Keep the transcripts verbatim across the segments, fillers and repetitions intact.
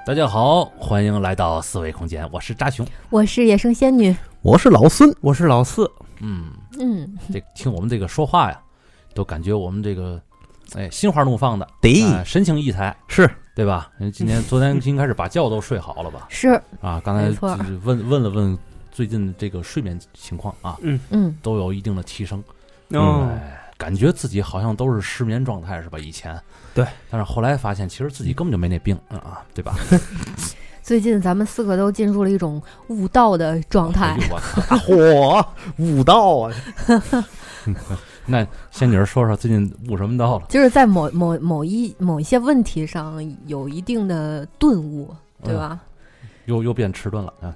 大家好，欢迎来到四维空间，我是扎熊， 我是野生仙女， 我是老孙， 我是老四。 嗯嗯， 这听我们这个说话呀，都感觉我们这个哎心花怒放的， 对、 呃，神情异彩， 是对吧？今天昨天应该是把觉都睡好了吧？ 是啊，刚才就是问问了问最近这个睡眠情况啊， 嗯嗯， 都有一定的提升。 哦、 哎，感觉自己好像都是失眠状态是吧？以前对， 但是后来发现其实自己根本就没那病啊，对吧？ 最近咱们四个都进入了一种悟道的状态。 哎呦我嚯，悟道啊！ 那仙女说说最近悟什么道了？ 就是在某某某一某一些问题上有一定的顿悟，对吧？ 嗯又又变迟钝了啊！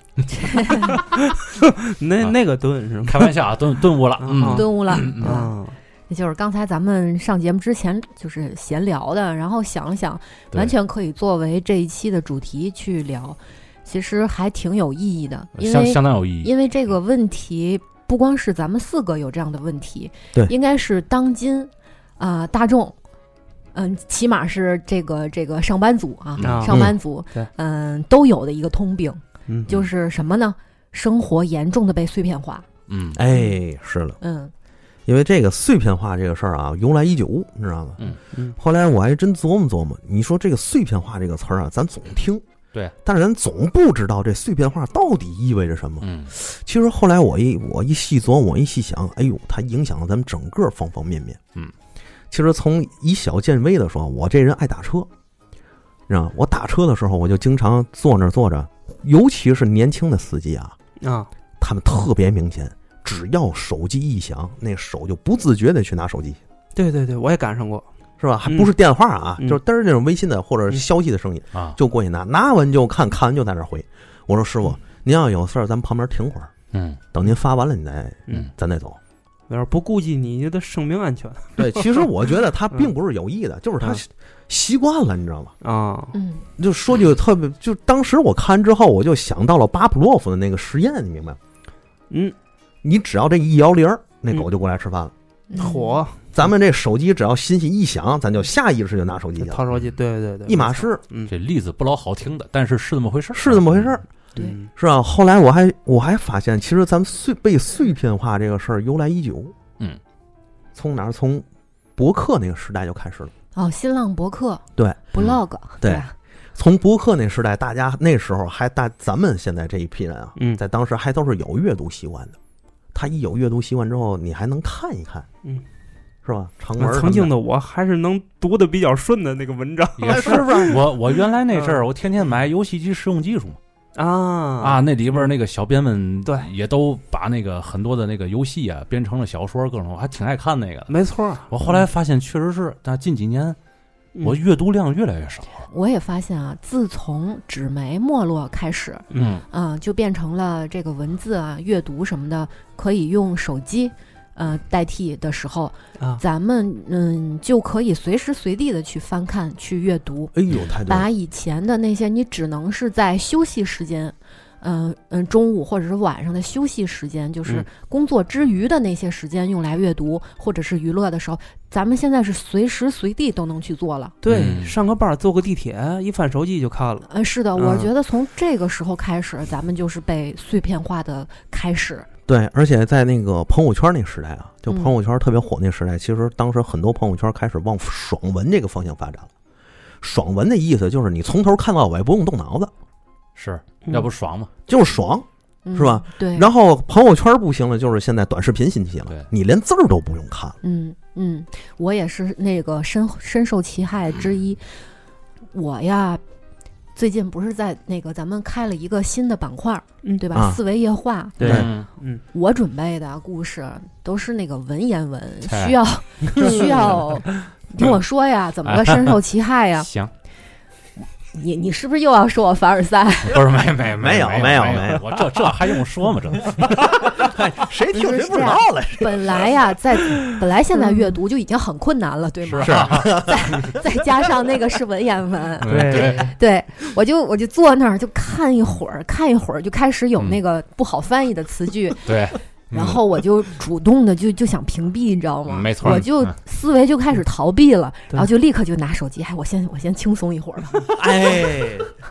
那那个顿是吗？ 开玩笑啊，顿顿悟了，嗯， 顿悟了嗯啊！那就是刚才咱们上节目之前就是闲聊的，然后想了想，完全可以作为这一期的主题去聊，其实还挺有意义的，因为相相当有意义。 因为这个问题不光是咱们四个有这样的问题， 对， 应该是当今啊、呃、大众。嗯，起码是这个这个上班族啊， 嗯、 上班族， 嗯、 嗯，都有的一个通病， 嗯， 就是什么呢？生活严重的被碎片化。 嗯， 哎，是了， 嗯， 因为这个碎片化这个事儿啊，由来已久，你知道吗？ 嗯嗯。 后来我还真琢磨琢磨，你说这个碎片化这个词儿啊，咱总听， 对， 但是咱总不知道这碎片化到底意味着什么。 嗯， 其实后来我一我一细琢磨，我一细想，哎呦，它影响了咱们整个方方面面。 嗯。 其实从以小见微的说，我这人爱打车，你知道，我打车的时候，我就经常坐那儿坐着，尤其是年轻的司机啊， 啊， 他们特别明显，只要手机一响，那手就不自觉的去拿手机。 对对对，我也赶上过， 是吧？还不是电话啊， 嗯、 就是嘚儿那种微信的或者消息的声音啊， 就过去拿，拿完就看，看完就在那儿回。我说师傅，您要有事儿，咱旁边停会儿， 嗯， 等您发完了，你再， 嗯， 咱再走。 要是不顾及你的生命安全， 对，其实我觉得他并不是有意的，就是他习惯了，你知道吗？ 啊， 嗯， 就说句特别，就当时我看之后，我就想到了巴甫洛夫的那个实验，你明白吗？ 嗯， 你只要这一摇铃儿，那狗就过来吃饭了。 火、 嗯， 咱们这手机只要信息一响，咱就下意识就拿手机去了， 掏手机，对对对， 一码事。 嗯， 这例子不老好听的，但是是这么回事， 是这么回事。 对， 是吧？后来我还我还发现，其实咱们碎被碎片化这个事儿由来已久。 嗯， 从哪儿？从博客那个时代就开始了。 哦，新浪博客， 对 ，blog，、嗯、 对。从博客那时代，大家那时候还大，咱们现在这一批人啊， 嗯， 在当时还都是有阅读习惯的。他一有阅读习惯之后，你还能看一看， 嗯， 是吧？长文。 曾经的我还是能读的比较顺的那个文章， 也是不是？我我原来那阵儿，我天天买游戏机实用技术嘛。 啊啊，那里边那个小编们对也都把那个很多的那个游戏啊编成了小说，各种我还挺爱看那个。 没错， 我后来发现确实是，但近几年我阅读量越来越少。 我也发现啊，自从纸媒没落开始， 嗯啊，就变成了这个文字啊、阅读什么的可以用手机。呃，代替的时候， 啊， 咱们嗯就可以随时随地的去翻看、去阅读。 哎呦，太对了！ 把以前的那些你只能是在休息时间，嗯、呃、嗯，中午或者是晚上的休息时间，就是工作之余的那些时间用来阅读，嗯、或者是娱乐的时候，咱们现在是随时随地都能去做了。 对， 嗯、 上个班坐个地铁，一翻手机就看了。 呃，是的， 嗯、 我觉得从这个时候开始，咱们就是被碎片化的开始。 对，而且在那个朋友圈那个时代啊，就朋友圈特别火那时代，嗯、其实当时很多朋友圈开始往爽文这个方向发展了。爽文的意思就是你从头看到尾，不用动脑子， 是要不爽吗？ 就是爽， 嗯、 是吧？ 对。 然后朋友圈不行了，就是现在短视频兴起了，你连字儿都不用看。 嗯嗯，我也是那个深深受其害之一。我呀。最近不是在那个咱们开了一个新的板块，嗯，对吧？ 啊、 四维夜话， 对， 嗯，我准备的故事都是那个文言文，需要需要听我说呀，怎么个深受其害呀？ 行， 你你是不是又要说我凡尔赛？ 不是，没没没有没有没有， 我这这还用说吗？这谁听谁不知道了？ 本来呀，在本来现在阅读就已经很困难了，对吗？ 是啊， 再再加上那个是文言文， 对对，我就我就坐那儿就看一会儿，看一会儿就开始有那个不好翻译的词句， 对。 然后我就主动的就就想屏蔽，你知道吗？ 没错， 我就思维就开始逃避了，然后就立刻就拿手机，哎，我先我先轻松一会儿吧。 哎，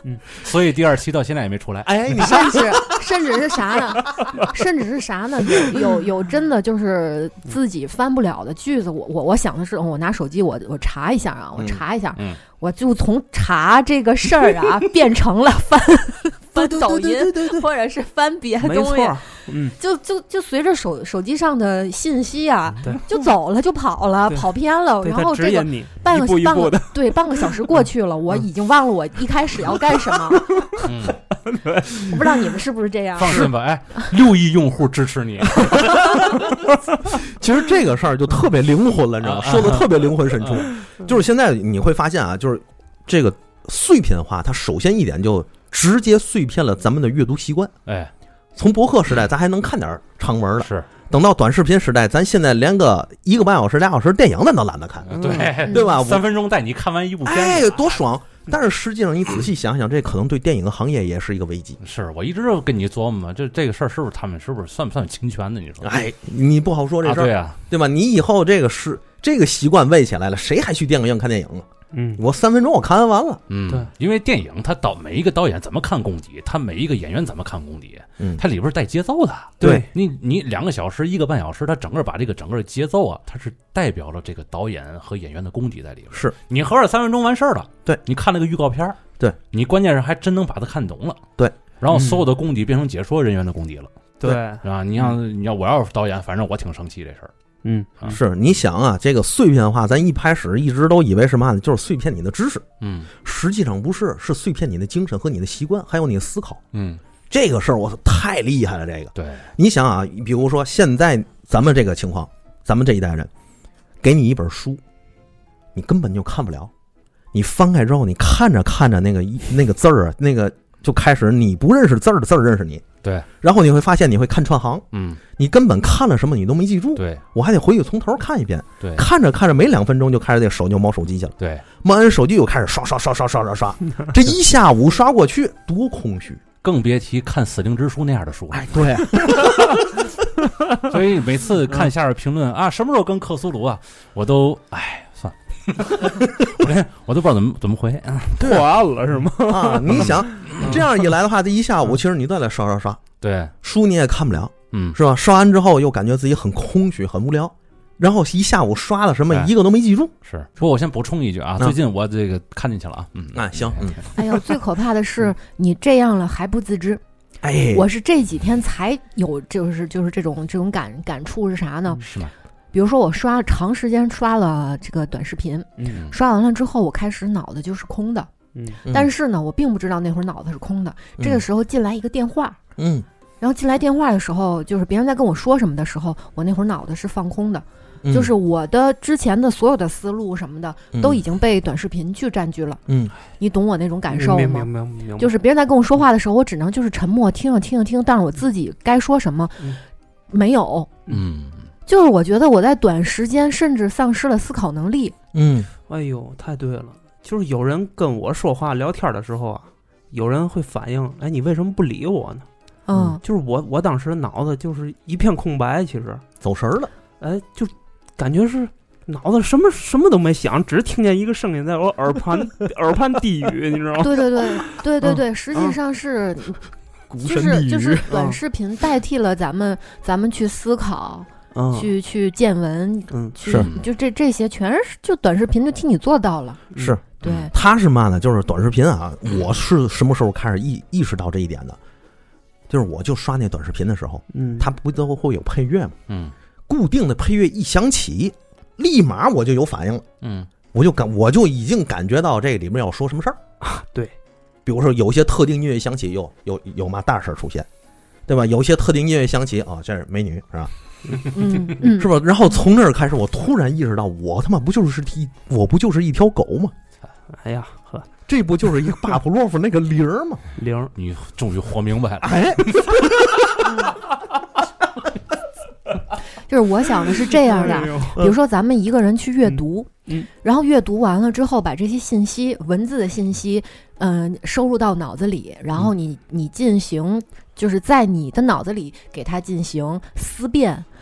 嗯， 所以第二期到现在也没出来。 哎，你甚至甚至是啥呢？甚至是啥呢？有有有真的就是自己翻不了的句子，我我我想的是，我拿手机我我查一下啊，我查一下， 嗯， 我就从查这个事儿啊，变成了翻翻抖音，或者是翻别的东西， 嗯， 就就就随着手手机上的信息啊， 对， 就走了，就跑了，跑偏了，然后这个半个半个对半个小时过去了，我已经忘了我一开始要干什么。 嗯， 我不知道你们是不是这样。 放心吧，哎，六亿用户支持你。 其实这个事儿就特别灵魂了，你知道吗？说的特别灵魂深处。就是现在你会发现啊，就是这个碎片化，它首先一点就直接碎片了咱们的阅读习惯。 哎， 从博客时代，咱还能看点长文了， 是。 等到短视频时代，咱现在连个一个半小时、俩小时电影咱都懒得看， 对对吧？ 三分钟带你看完一部片子， 哎，多爽！但是实际上，你仔细想想，这可能对电影行业也是一个危机。 是我一直就跟你琢磨嘛，这这个事儿是不是他们是不是算不算侵权的？你说？ 哎，你不好说这事儿， 啊对啊， 对吧？你以后这个是这个习惯喂起来了，谁还去电影院看电影啊？ 嗯， 我三分钟我看完了。 嗯， 对， 因为电影它导每一个导演怎么看功底，他每一个演员怎么看功底， 嗯， 它里边带节奏的。 对你，你两个小时、一个半小时，它整个把这个整个节奏啊，它是代表了这个导演和演员的功底在里边。 是你合着三分钟完事儿了， 对， 你看那个预告片， 对你关键是还真能把它看懂了， 对， 然后所有的功底变成解说人员的功底了， 对， 是吧？你要你要我要是导演，反正我挺生气这事儿。 嗯， 是你想啊，这个碎片化，咱一开始一直都以为是嘛呢？就是碎片你的知识， 嗯， 实际上不是，是碎片你的精神和你的习惯，还有你的思考。 嗯， 这个事儿我操太厉害了，这个。 对， 你想啊，比如说现在咱们这个情况，咱们这一代人，给你一本书，你根本就看不了，你翻开之后，你看着看着那个那个字儿啊，那个就开始你不认识字儿的字儿认识你。 对， 然后你会发现你会看串行， 嗯， 你根本看了什么你都没记住， 对， 我还得回去从头看一遍， 对， 看着看着没两分钟就开始这手就摸手机去了， 对， 摸完手机又开始刷刷刷刷刷刷刷，这一下午刷过去多空虚， 更别提看死灵之书那样的书了。 哎，对， 所以每次看下边评论啊，什么时候跟克苏鲁啊，我都哎算了，我连我都不知道怎么怎么回， 破案了是吗？ 啊，你想这样一来的话，这一下午其实你都在刷刷刷， 对， 书你也看不了， 嗯， 是吧？刷完之后又感觉自己很空虚、很无聊，然后一下午刷了什么，一个都没记住。 是，不过我先补充一句啊，最近我这个看进去了啊，嗯， 哎，行，嗯， 哎呦，最可怕的是你这样了还不自知。 哎， 我是这几天才有，就是就是这种这种感感触是啥呢？ 是吗？ 比如说我刷长时间刷了这个短视频， 嗯， 刷完了之后，我开始脑子就是空的， 嗯， 但是呢，我并不知道那会儿脑子是空的。这个时候进来一个电话， 嗯， 然后进来电话的时候，就是别人在跟我说什么的时候，我那会儿脑子是放空的， 嗯、 就是我的之前的所有的思路什么的、 嗯、 都已经被短视频去占据了。 嗯， 你懂我那种感受吗？ 明白， 就是别人在跟我说话的时候，我只能就是沉默，听着听着听，但是我自己该说什么、嗯、没有。 嗯。 就是我觉得我在短时间甚至丧失了思考能力。 嗯， 哎呦，太对了。就是有人跟我说话聊天的时候啊，有人会反映，哎，你为什么不理我呢？ 嗯， 就是我我当时脑子就是一片空白，其实走神了。 哎，就感觉是脑子什么什么都没想，只听见一个声音在我耳畔耳畔低语，你知道吗？ 对对对对对对，嗯、实际上是、嗯、就是就是短视频代替了咱们、嗯、咱们去思考。 嗯、 去去见闻， 嗯， 去就这这些全是就短视频就替你做到了， 是， 对， 他是嘛呢？就是短视频啊，我是什么时候开始意意识到这一点的？就是我就刷那短视频的时候， 嗯， 它不都会有配乐吗？ 嗯， 固定的配乐一响起，立马我就有反应了， 嗯， 我就感我就已经感觉到这里面要说什么事儿啊，对， 比如说有些特定音乐响起，有有有嘛大事出现，对吧？有些特定音乐响起啊、哦，这是美女是吧？ 嗯嗯， 是吧？然后从那儿开始，我突然意识到，我他妈不就是一我不就是一条狗吗？ 哎呀呵， 这不就是一个巴甫洛夫那个铃儿吗？ 铃， 你终于活明白了。 哎， 就是我想的是这样的，比如说咱们一个人去阅读， 嗯， 然后阅读完了之后，把这些信息、文字的信息，嗯、呃，收入到脑子里，然后你你进行。就是在你的脑子里给它进行思辨，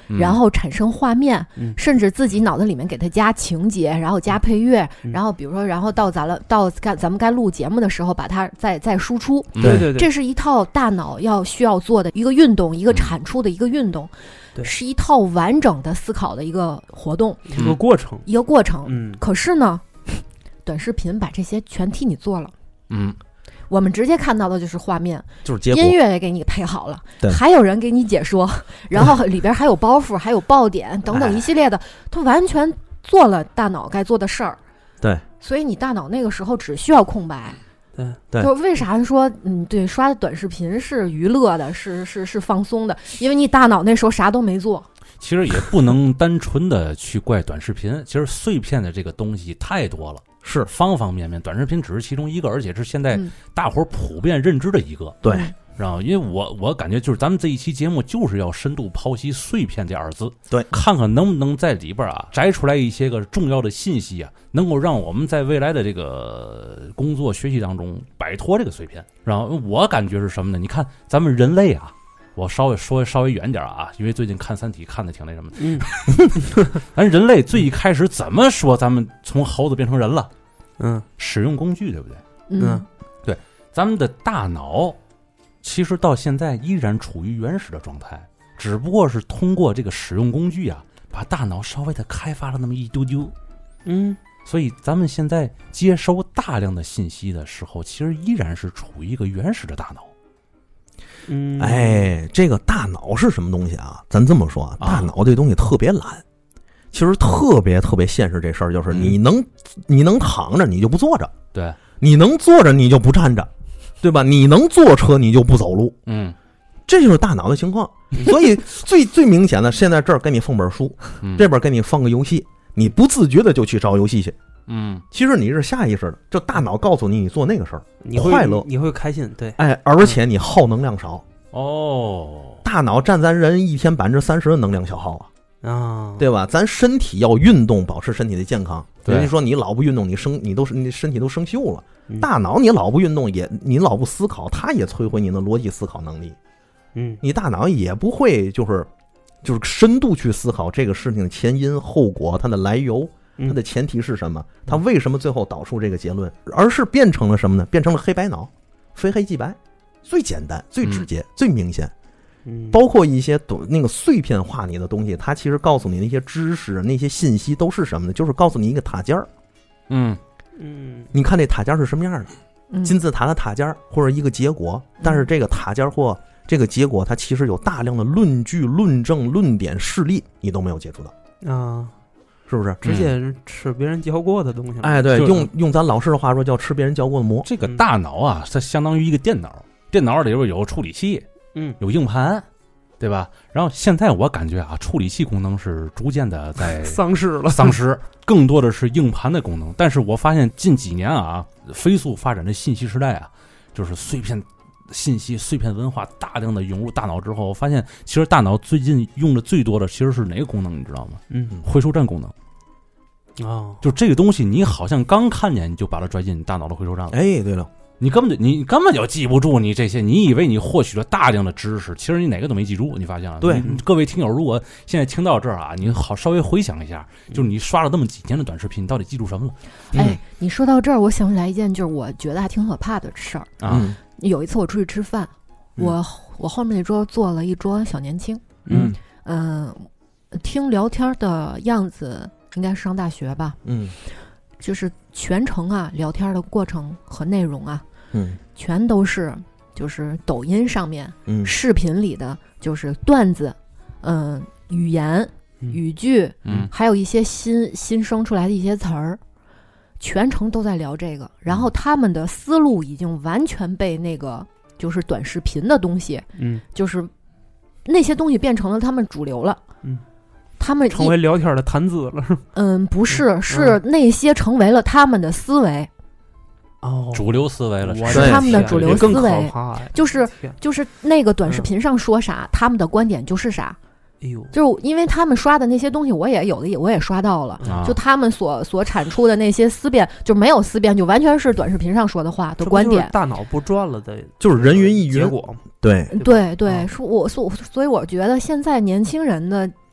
嗯然后产生画面， 嗯甚至自己脑子里面给它加情节，然后加配乐， 嗯然后比如说，然后到咱了到该咱们该录节目的时候，把它再再输出。 嗯对对对， 这是一套大脑要需要做的一个运动，一个产出的一个运动， 对是一套完整的思考的一个活动， 一个过程。 一个过程。 嗯可是呢，短视频把这些全替你做了。 嗯， 我们直接看到的就是画面， 就是结果。 音乐也给你配好了， 对还有人给你解说，然后里边还有包袱，还有爆点等等一系列的，它完全做了大脑该做的事儿。 对， 所以你大脑那个时候只需要空白。 对对就为啥说嗯对刷短视频是娱乐的，是是是放松的？因为你大脑那时候啥都没做。 其实也不能单纯的去怪短视频，其实碎片的这个东西太多了， 是方方面面，短视频只是其中一个，而且是现在嗯大伙儿普遍认知的一个。 对， 嗯然后，因为我我感觉就是咱们这一期节目就是要深度剖析碎片这二字， 对， 看看能不能在里边啊摘出来一些个重要的信息啊，能够让我们在未来的这个工作学习当中摆脱这个碎片。然后我感觉是什么呢？你看咱们人类啊，我稍微说稍微远点啊，因为最近看《三体》看的挺那什么的。 嗯咱人类最一开始怎么说咱们从猴子变成人了？ 嗯使用工具，对不对？ 嗯嗯咱们的大脑其实到现在依然处于原始的状态，只不过是通过这个使用工具啊，把大脑稍微的开发了那么一丢丢。 嗯所以咱们现在接收大量的信息的时候，其实依然是处于一个原始的大脑。 嗯， 哎，这个大脑是什么东西啊？咱这么说啊， 啊大脑这东西特别懒，其实特别特别现实。这事儿就是嗯你能你能躺着，你就不坐着； 对， 你能坐着，你就不站着，对吧？你能坐车，你就不走路。 嗯这就是大脑的情况。所以最最明显的，现在这儿给你放本书， 嗯， 这边给你放个游戏，你不自觉的就去找游戏去。 嗯其实你是下意识的，就大脑告诉你你做那个事儿， 你会快乐你会开心，对， 哎，而且你耗能量少。 哦， 大脑占咱人一天百分之三十的能量消耗啊， 啊， 对吧？咱身体要运动，保持身体的健康。 对人家说你老不运动，你生你都是你身体都生锈了。 嗯大脑你老不运动，也你老不思考，它也摧毁你的逻辑思考能力。 嗯你大脑也不会就是就是深度去思考这个事情的前因后果，它的来由， 嗯它的前提是什么，它为什么最后导出这个结论，而是变成了什么呢？变成了黑白脑，非黑即白，最简单、最直接、最明显。 嗯包括一些短那个碎片化你的东西，它其实告诉你那些知识、那些信息都是什么呢？就是告诉你一个塔尖儿。 嗯嗯你看这塔尖儿是什么样的？ 嗯金字塔的塔尖儿，或者一个结果。但是这个塔尖儿或这个结果，它其实有大量的论据、论证、论点、事例，你都没有接触到， 啊， 是不是？ 直接是吃别人教过的东西了。 哎，对， 就是用用咱老师的话说，叫吃别人教过的馍。 这个大脑啊，它相当于一个电脑，电脑里边有处理器， 嗯有硬盘，对吧？然后现在我感觉啊，处理器功能是逐渐的在丧失了， 丧失，更多的是硬盘的功能。但是我发现近几年啊，飞速发展的信息时代啊，就是碎片信息、碎片文化大量的涌入大脑之后，我发现其实大脑最近用的最多的其实是哪个功能，你知道吗？ 嗯回收站功能。 啊， 就这个东西，你好像刚看见你就把它拽进你大脑的回收站了。 哎，对了， 你根本就你根本就记不住你这些，你以为你获取了大量的知识，其实你哪个都没记住。你发现了？ 对你各位听友，如果现在听到这儿啊，你好稍微回想一下，就是你刷了那么几年的短视频，你到底记住什么了哎，你说到这儿，我想起来一件，就是我觉得还挺可怕的事儿。 啊？ 嗯有一次我出去吃饭， 嗯我我后面那桌坐了一桌小年轻， 嗯嗯、听聊天的样子应该是上大学吧， 嗯就是全程啊聊天的过程和内容啊， 嗯全都是就是抖音上面嗯视频里的就是段子，嗯、语言、 嗯语句， 嗯还有一些新新生出来的一些词儿，全程都在聊这个。然后他们的思路已经完全被那个就是短视频的东西， 嗯， 就是那些东西变成了他们主流了。 嗯， 他们成为聊天的谈资了。 嗯不是是那些成为了他们的思维， 哦， 主流思维了， 我是他们的主流思维更可怕呀！ 就是天就是那个短视频上说啥，他们的观点就是啥。 哎呦， 就是因为他们刷的那些东西，我也有的也我也刷到了。 啊就他们所所产出的那些思辨，就没有思辨，就完全是短视频上说的话的这不就是观点。 大脑不转了的， 就是人云亦云结果嘛。 对， 对对， 啊说我所所以我觉得现在年轻人的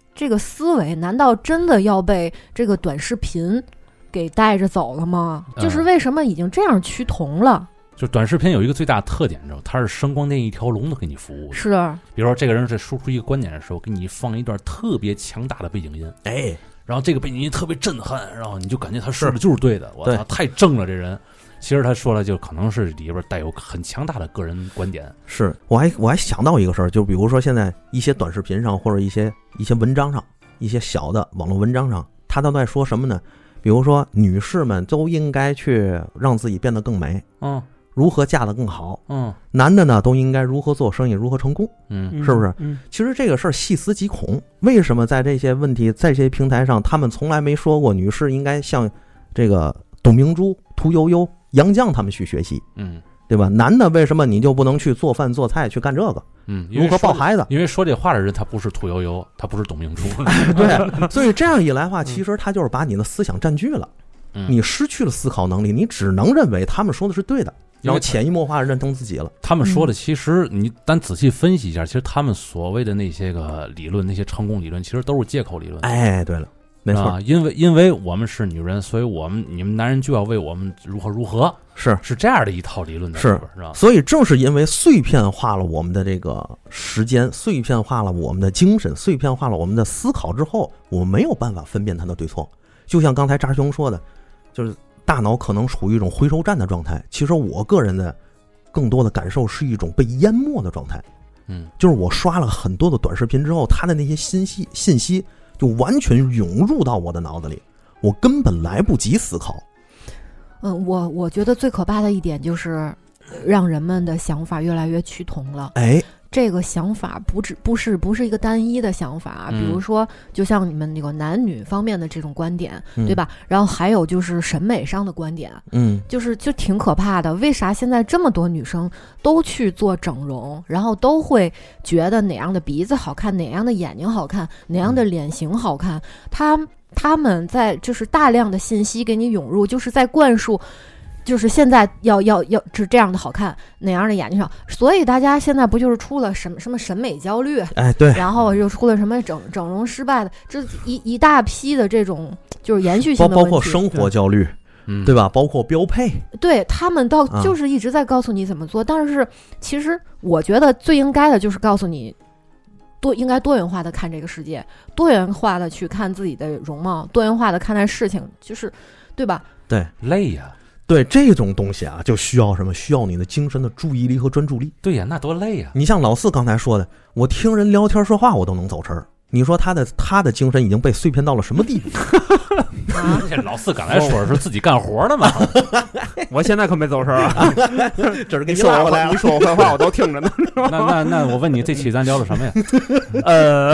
这个思维难道真的要被这个短视频给带着走了吗？ 嗯、 就是为什么已经这样趋同了？ 就短视频有一个最大的特点，你知道，它是声光电一条龙的给你服务的。 是， 比如说这个人在说出一个观点的时候，给你放一段特别强大的背景音， 哎， 然后这个背景音特别震撼，然后你就感觉他说的就是对的，我操， 对太正了这人。其实他说的就可能是里边带有很强大的个人观点。 是，我还我还想到一个事儿，就比如说现在一些短视频上或者一些一些文章上，一些小的网络文章上，他都在说什么呢？比如说女士们都应该去让自己变得更美， 嗯， 如何嫁得更好， 嗯， 男的呢都应该如何做生意，如何成功， 嗯， 是不是？ 嗯， 其实这个事儿细思极恐，为什么在这些问题，在这些平台上，他们从来没说过女士应该向这个董明珠、屠呦呦、杨绛他们去学习， 嗯， 对吧？男的为什么你就不能去做饭做菜去干这个？ 嗯， 如何抱孩子？ 因为说这话的人他不是屠呦呦，他不是董明珠， 对，所以这样一来的话，其实他就是把你的思想占据了， 嗯、 你失去了思考能力，你只能认为他们说的是对的，然后潜移默化的认同自己了。 他们说的其实你单仔细分析一下，其实他们所谓的那些个理论，那些成功理论，其实都是借口理论。 哎，对了。没错、 啊，因为因为我们是女人，所以我们你们男人就要为我们如何如何， 是是这样的一套理论在里边，是吧？ 所以正是因为碎片化了我们的这个时间，碎片化了我们的精神，碎片化了我们的思考之后，我们没有办法分辨它的对错。就像刚才扎兄说的，就是大脑可能处于一种回收站的状态。其实我个人的更多的感受是一种被淹没的状态。 嗯， 就是我刷了很多的短视频之后，它的那些信息信息。就完全涌入到我的脑子里，我根本来不及思考。 嗯，我我觉得最可怕的一点就是让人们的想法越来越趋同了。 哎， 这个想法不只不是不是一个单一的想法， 嗯、 比如说，就像你们那个男女方面的这种观点， 嗯、 对吧？然后还有就是审美上的观点， 嗯， 就是就挺可怕的。为啥现在这么多女生都去做整容，然后都会觉得哪样的鼻子好看，哪样的眼睛好看，哪样的脸型好看？他他们在就是大量的信息给你涌入，就是在灌输。就是现在要要要是这样的好看，哪样的眼睛上，所以大家现在不就是出了什么什么审美焦虑？ 哎，对， 然后又出了什么整整容失败的，这一一大批的这种就是延续性的问题，包括生活焦虑， 嗯， 对吧？包括标配， 对他们倒就是一直在告诉你怎么做，啊、但是其实我觉得最应该的就是告诉你。多应该多元化的看这个世界，多元化的去看自己的容貌，多元化的看待事情，就是对吧？ 对， 累呀。 对这种东西啊，就需要什么？需要你的精神的注意力和专注力。 对呀，那多累呀！ 你像老四刚才说的，我听人聊天说话，我都能走神儿。你说他的他的精神已经被碎片到了什么地步？ 啊，老四刚才说的是自己干活的嘛， 我现在可没走神啊！ 这是给你说我， 拉回来了， 你说我坏话我都听着呢。 那那那我问你，这期咱聊的什么呀？ 呃。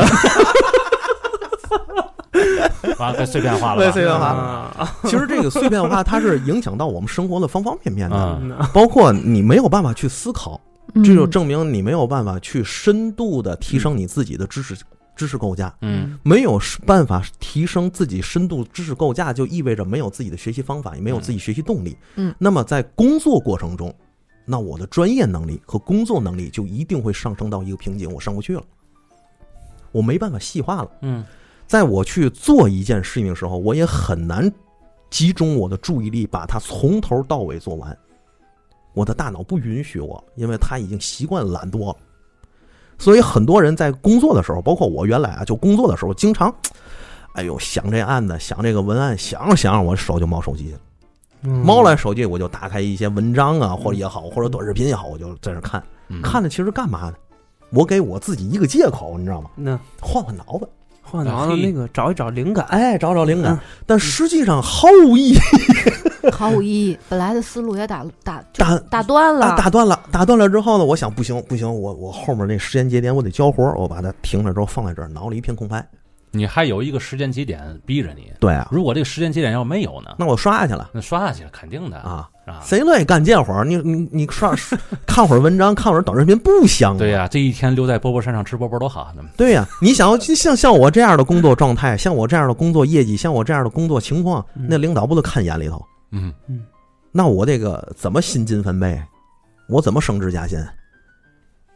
啊，被碎片化了吧， 被碎片化了。其实这个碎片化，它是影响到我们生活的方方面面的， 嗯、 包括你没有办法去思考， 嗯、 这就证明你没有办法去深度的提升你自己的知识、嗯、知识构架。 嗯， 没有办法提升自己深度知识构架，就意味着没有自己的学习方法，也没有自己学习动力。 嗯， 那么在工作过程中，那我的专业能力和工作能力就一定会上升到一个瓶颈，我上不去了，我没办法细化了。 嗯。 在我去做一件事情的时候，我也很难集中我的注意力把它从头到尾做完，我的大脑不允许我，因为他已经习惯懒惰了。所以很多人在工作的时候，包括我原来啊，就工作的时候经常哎呦想这案子，想这个文案，想着想着我手就冒手机了。 嗯、 猫来手机我就打开一些文章啊，或者也好，或者短视频也好，我就在这看。 嗯、 看着其实干嘛呢？我给我自己一个借口，你知道吗？ 那换换脑子。 换脑子那个找一找灵感， 哎，找找灵感， 嗯、 但实际上毫无意义， 毫无意义。本来的思路也打打打打断了， 打断了，打断了之后呢，我想不行不行，我我后面那时间节点我得交活，我把它停了之后放在这儿，脑里一片空白。 你还有一个时间节点逼着你， 对啊。 如果这个时间节点要没有呢， 那我刷下去了， 那刷下去了，肯定的啊。 啊， 谁乐意干这活儿？你你你刷看会儿文章，看会儿短视频不香吗？ 对呀、啊，这一天留在波波山上吃波波多好。 对呀、啊，你想要像像我这样的工作状态，像我这样的工作业绩，像我这样的工作情况， 嗯、 那领导不都看眼里头？ 嗯嗯， 那我这个怎么薪金分配？我怎么升职加薪？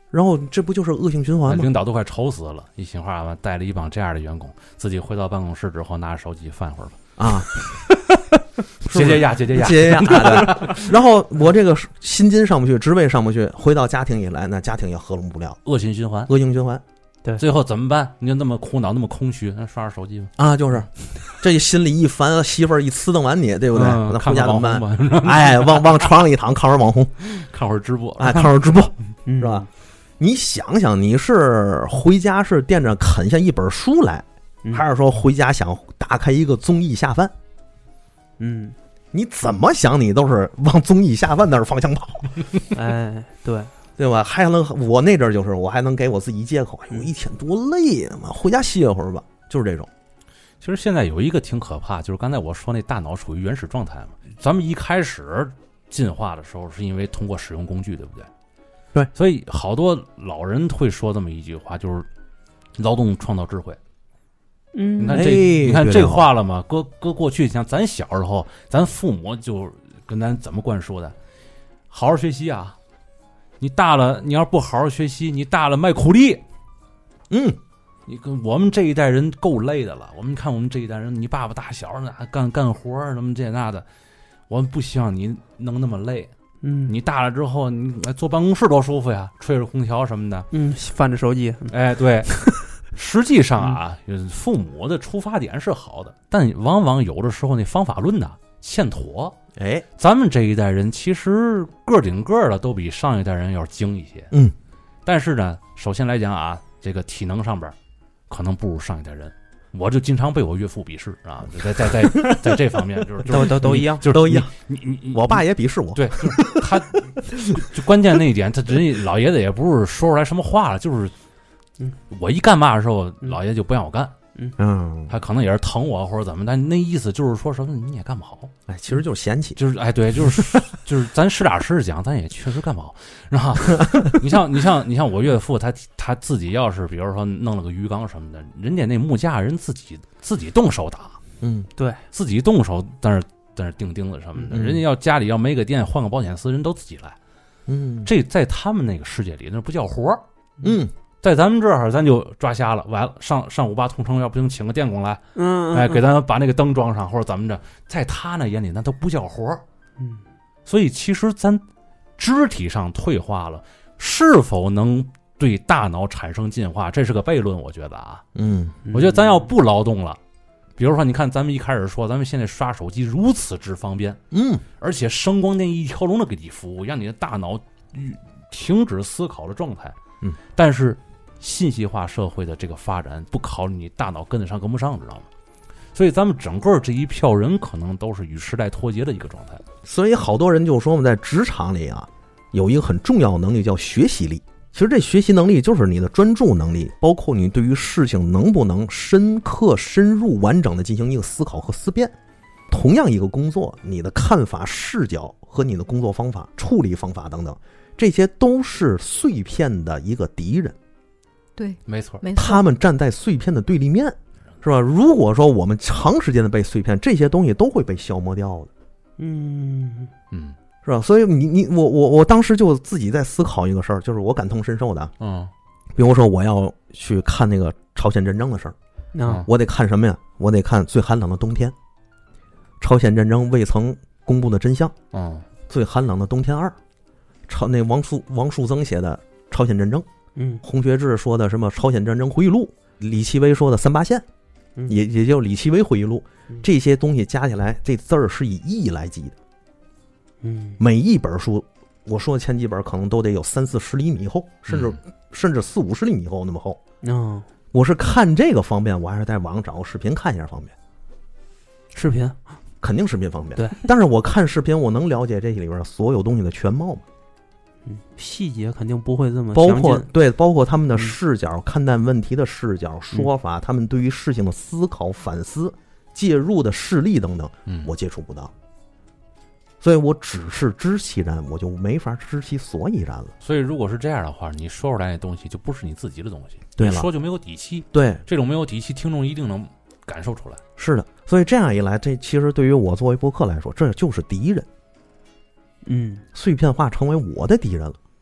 然后这不就是恶性循环吗？ 领导都快愁死了，一心话吧，带了一帮这样的员工，自己回到办公室之后拿着手机翻会儿吧， 啊， 解解压，解解压， 解解压的。然后我这个薪金上不去，职位上不去，回到家庭以来，那家庭也合拢不了， 恶性循环， 恶性循环。 对， 最后怎么办？你就那么苦恼，那么空虚，那刷刷手机吧。 啊，就是这心里一烦，媳妇儿一呲瞪完你，对不对？ 嗯、 那回家怎么办？ 吧哎，往往床上一躺，看会儿网红， 看会儿直播， 哎，看会儿直播， 嗯、 是吧？你想想，你是回家是惦着啃下一本书来， 嗯、 还是说回家想打开一个综艺下饭？ 嗯， 你怎么想，你都是往综艺下饭那儿方向跑。 哎，对。 对吧？还能我那阵儿就是我还能给我自己借口，哎呦，一天多累啊嘛，回家歇会儿吧，就是这种。 其实现在有一个挺可怕，就是刚才我说那大脑处于原始状态嘛。咱们一开始进化的时候是因为通过使用工具，对不对？ 对， 所以好多老人会说这么一句话，就是劳动创造智慧。 嗯， 你看这， 哎、 你看这话了吗？搁搁过去，像咱小时候，咱父母就跟咱怎么灌输的？好好学习啊！你大了，你要不好好学习，你大了卖苦力。 嗯， 你跟我们这一代人够累的了。我们看我们这一代人，你爸爸大小的干干活什么这那的，我们不希望你能那么累。 嗯， 你大了之后，你坐办公室多舒服呀，吹着空调什么的。 嗯，翻着手机。 哎，对。实际上啊，父母的出发点是好的，但往往有的时候那方法论呢欠妥。 哎， 咱们这一代人其实个顶个的都比上一代人要精一些， 嗯， 但是呢，首先来讲啊，这个体能上边可能不如上一代人。我就经常被我岳父鄙视啊，在在在在这方面就是都都都一样， 就是都一样。 你你你， 我爸也鄙视我。 对，就是他就关键那一点，他人家老爷子也不是说出来什么话了，就是我一干嘛的时候，老爷就不让我干。 嗯， 他可能也是疼我或者怎么，但那意思就是说什么你也干不好， 哎，其实就是嫌弃， 就是哎，对，就是就是咱实打实讲，咱也确实干不好，是吧？你像你像你像我岳父，他他自己要是比如说弄了个鱼缸什么的，人家那木架人自己自己动手打， 嗯， 对， 自己动手，但是但是钉钉子什么的， 嗯、 人家要家里要没个电，换个保险丝，人都自己来， 嗯， 这在他们那个世界里那不叫活儿， 嗯。 在咱们这儿，咱就抓瞎了，完了上上五八同城，要不行请个电工来， 嗯， 哎，给咱把那个灯装上或者怎么着，在他那眼里那都不叫活儿， 嗯， 所以其实咱肢体上退化了，是否能对大脑产生进化，这是个悖论，我觉得啊， 嗯， 我觉得咱要不劳动了，比如说你看咱们一开始说，咱们现在刷手机如此之方便， 嗯， 而且声光电一条龙的给你服务，让你的大脑停止思考的状态， 嗯， 但是信息化社会的这个发展不考虑你大脑跟得上跟不上，知道吗？所以咱们整个这一票人可能都是与时代脱节的一个状态。 所以好多人就说我们在职场里啊，有一个很重要的能力叫学习力。其实这学习能力就是你的专注能力，包括你对于事情能不能深刻、深入、完整的进行一个思考和思辨。同样一个工作，你的看法、视角和你的工作方法、处理方法等等，这些都是碎片的一个敌人。 对， 没错， 没错， 他们站在碎片的对立面，是吧？如果说我们长时间的被碎片，这些东西都会被消磨掉的。 嗯嗯， 是吧？所以你你我我我当时就自己在思考一个事儿，就是我感同身受的。 嗯， 比如说我要去看那个朝鲜战争的事儿， 啊， 我得看什么呀？我得看最寒冷的冬天，朝鲜战争未曾公布的真相。 嗯， 最寒冷的冬天二，朝那王树王树增写的朝鲜战争。 嗯， 洪学智说的什么朝鲜战争回忆录，李奇微说的三八线， 嗯、 也也就李奇微回忆录， 嗯、 这些东西加起来，这字儿是以亿来记的。 嗯， 每一本书，我说的前几本可能都得有三四十厘米厚，甚至、嗯、甚至四五十厘米厚那么厚。 哦， 我是看这个方便，我还是在网上找个视频看一下方便。 视频肯定视频方便， 对。 但是我看视频，我能了解这里边所有东西的全貌吗？ 嗯，细节肯定不会这么包括对，包括他们的嗯、 视角、看待问题的视角、说法，嗯、他们对于事情的思考、反思、介入的事例等等， 嗯， 我接触不到。所以我只是知其然，我就没法知其所以然了。 所以如果是这样的话，你说出来的东西就不是你自己的东西， 对了， 你说就没有底气。 对， 这种没有底气，听众一定能感受出来。 是的，所以这样一来，这其实对于我作为播客来说，这就是敌人。 嗯， 碎片化成为我的敌人了。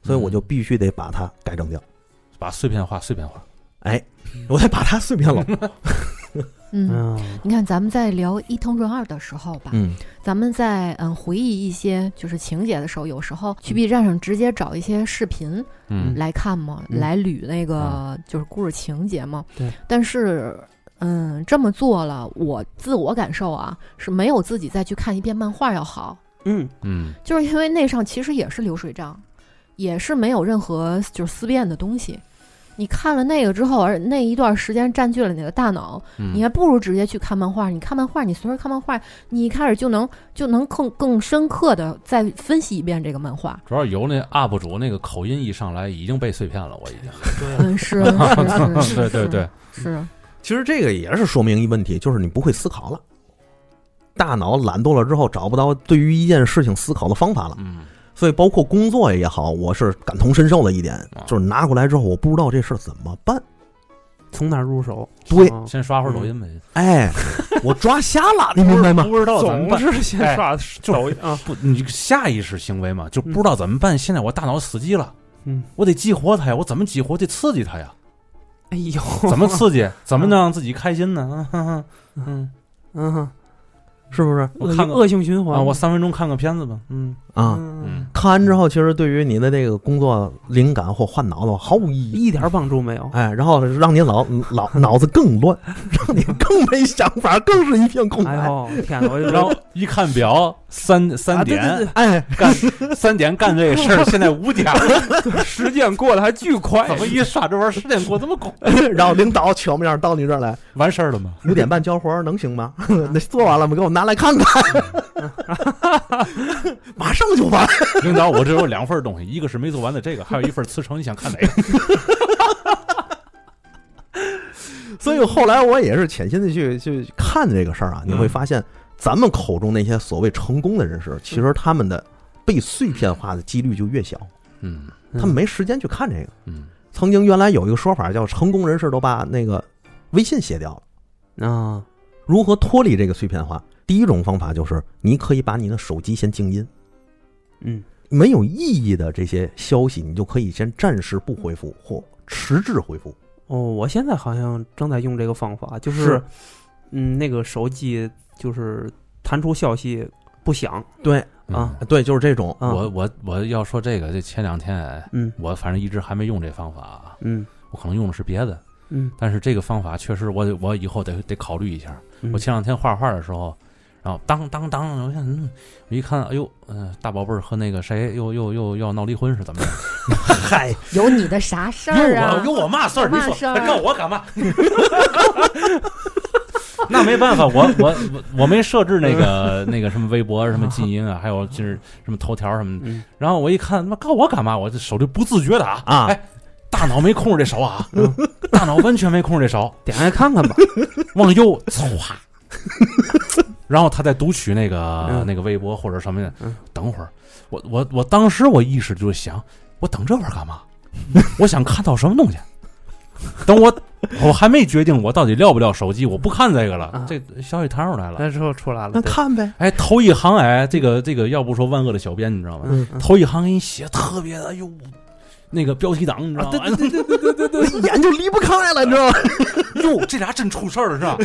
所以我就必须得把它改正掉， 把碎片化碎片化。 哎，我得把它碎片了。 嗯， 嗯你看咱们在聊《伊藤润二》的时候吧， 嗯咱们在嗯回忆一些就是情节的时候，有时候去 B 站上直接找一些视频嗯来看嘛， 嗯来捋那个就是故事情节嘛。 对， 但是嗯这么做了，我自我感受啊是没有自己再去看一遍漫画要好， 嗯嗯就是因为那上其实也是流水账，也是没有任何就是思辨的东西。你看了那个之后，而那一段时间占据了你的大脑， 嗯， 你还不如直接去看漫画。你看漫画，你随时看漫画，你一开始就能就能更更深刻的再分析一遍这个漫画。 主要有那 U P 主那个口音一上来，已经被碎片了，我已经。 嗯，是是是， 对对对， 是。 其实这个也是说明一问题，就是你不会思考了，大脑懒惰了之后，找不到对于一件事情思考的方法了。 嗯所以包括工作也好，我是感同身受的一点， 啊就是拿过来之后，我不知道这事儿怎么办。 从哪儿入手？ 对啊先刷会儿抖音呗。 哎，我抓瞎了，你明白吗？ 不知道怎么办， 总是先刷抖音啊， 不，你下意识行为嘛，就不知道怎么办。现在我大脑死机了， 嗯， 我得激活它呀，我怎么激活？得刺激它呀。 哎呦， 怎么刺激？怎么能让自己开心呢？嗯嗯嗯哼， 是不是？ 我看个恶性循环啊，我三分钟看个片子吧。嗯啊， 嗯， 看完之后，其实对于你的这个工作灵感或换脑子毫无意义， 一点帮助没有。 哎，然后让你脑脑脑子更乱，让你更没想法，更是一片空白。 哎呦天哪！我就然后一看表，三三点， 啊对对哎， 干三点干这事儿，现在五点了， 对时间过得还巨快， 怎么一刷这玩意儿时间过这么快？ 然后领导敲面到你这儿来， 完事儿了吗？ 五点半交活儿能行吗？那做完了吗？给我拿来看看，马上就完。 领导，我这有两份东西，一个是没做完的这个，还有一份辞呈，你想看哪个？ 所以后来我也是潜心的去去看这个事儿啊，你会发现，咱们口中那些所谓成功的人士，其实他们的被碎片化的几率就越小， 嗯他们没时间去看这个。 嗯曾经原来有一个说法叫成功人士都把那个微信卸掉了。 啊， 如何脱离这个碎片化？第一种方法就是你可以把你的手机先静音， 嗯没有意义的这些消息，你就可以先暂时不回复或迟滞回复。 哦，我现在好像正在用这个方法，就是， 是嗯，那个手机就是弹出消息不响对啊， 对，就是这种。 啊我我我要说这个，这前两天， 嗯我反正一直还没用这方法， 嗯我可能用的是别的， 嗯， 但是这个方法确实我我以后得得考虑一下。 嗯我前两天画画的时候，然后当当当，我看，嗯，我一看，哎呦，嗯、大宝贝儿和那个谁又又又要闹离婚是怎么的？ 嗨， 有你的啥事有儿啊我？有我嘛事儿？你说嘛事儿他告我干嘛？那没办法，我我我我没设置那个那个什么微博什么静音啊，还有就是什么头条什么的。 嗯然后我一看，他妈告我干嘛？我这手就不自觉的啊啊哎，大脑没控制这手啊，大脑完全没控制这手， 点开看看吧， 往右唰，然后他再读取那个、 嗯那个微博或者什么的。 嗯等会儿，我我我当时我意识就想，我等这会儿干嘛？我想看到什么东西？等我我还没决定我到底撂不撂手机，我不看这个了。 啊这消息弹出来了， 那时候出来了，对那看呗。 哎，头一行哎，这个这个要不说万恶的小编，你知道吗？ 嗯嗯头一行给你写特别的，哎呦，那个标题党，你知道吗？ 对对对对对对对， 眼就离不开了，你知道吗？ 哟，这俩真出事儿了，是吧？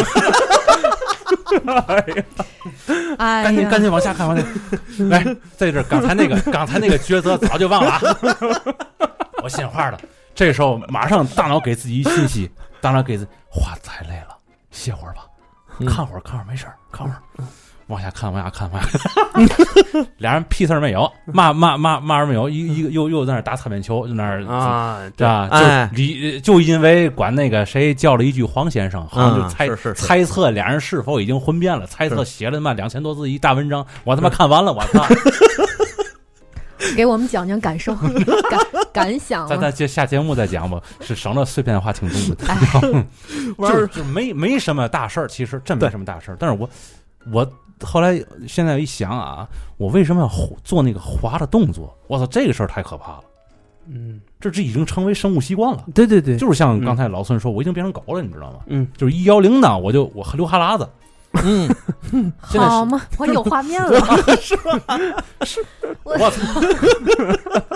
哎呀， 赶紧赶紧往下看，往下看。来，在这儿刚才那个刚才那个抉择早就忘了啊，我心话了。这时候马上大脑给自己信息，大脑给自己哇，太累了，歇会儿吧，看会儿看会儿没事儿，看会儿。往下看，往下看，往下看，俩人屁事儿没有，嘛嘛嘛嘛儿没有，一一个又又在那儿打擦边球，就那儿啊， 对吧？ 哎就理就因为管那个谁叫了一句黄先生，好像就猜、 嗯是是是猜测俩人是否已经婚变了，猜测写了他妈两千多字一大文章，我他妈看完了，我操！ 给我们讲讲感受、感感想咱了。 咱接下节目再讲吧，是省得碎片化听众的。 哎， 就是就没没什么大事儿，其实真没什么大事儿。但是我我后来现在一想啊，我为什么要做那个滑的动作？我操，这个事儿太可怕了。 嗯， 这这已经成为生物习惯了。 对对对， 就是像刚才老孙说，我已经变成狗了，你知道吗？ 嗯， 就是一摇铃铛，我就我流哈喇子。 嗯， 现在是好嘛，我有画面了。 是吧？ 我我操！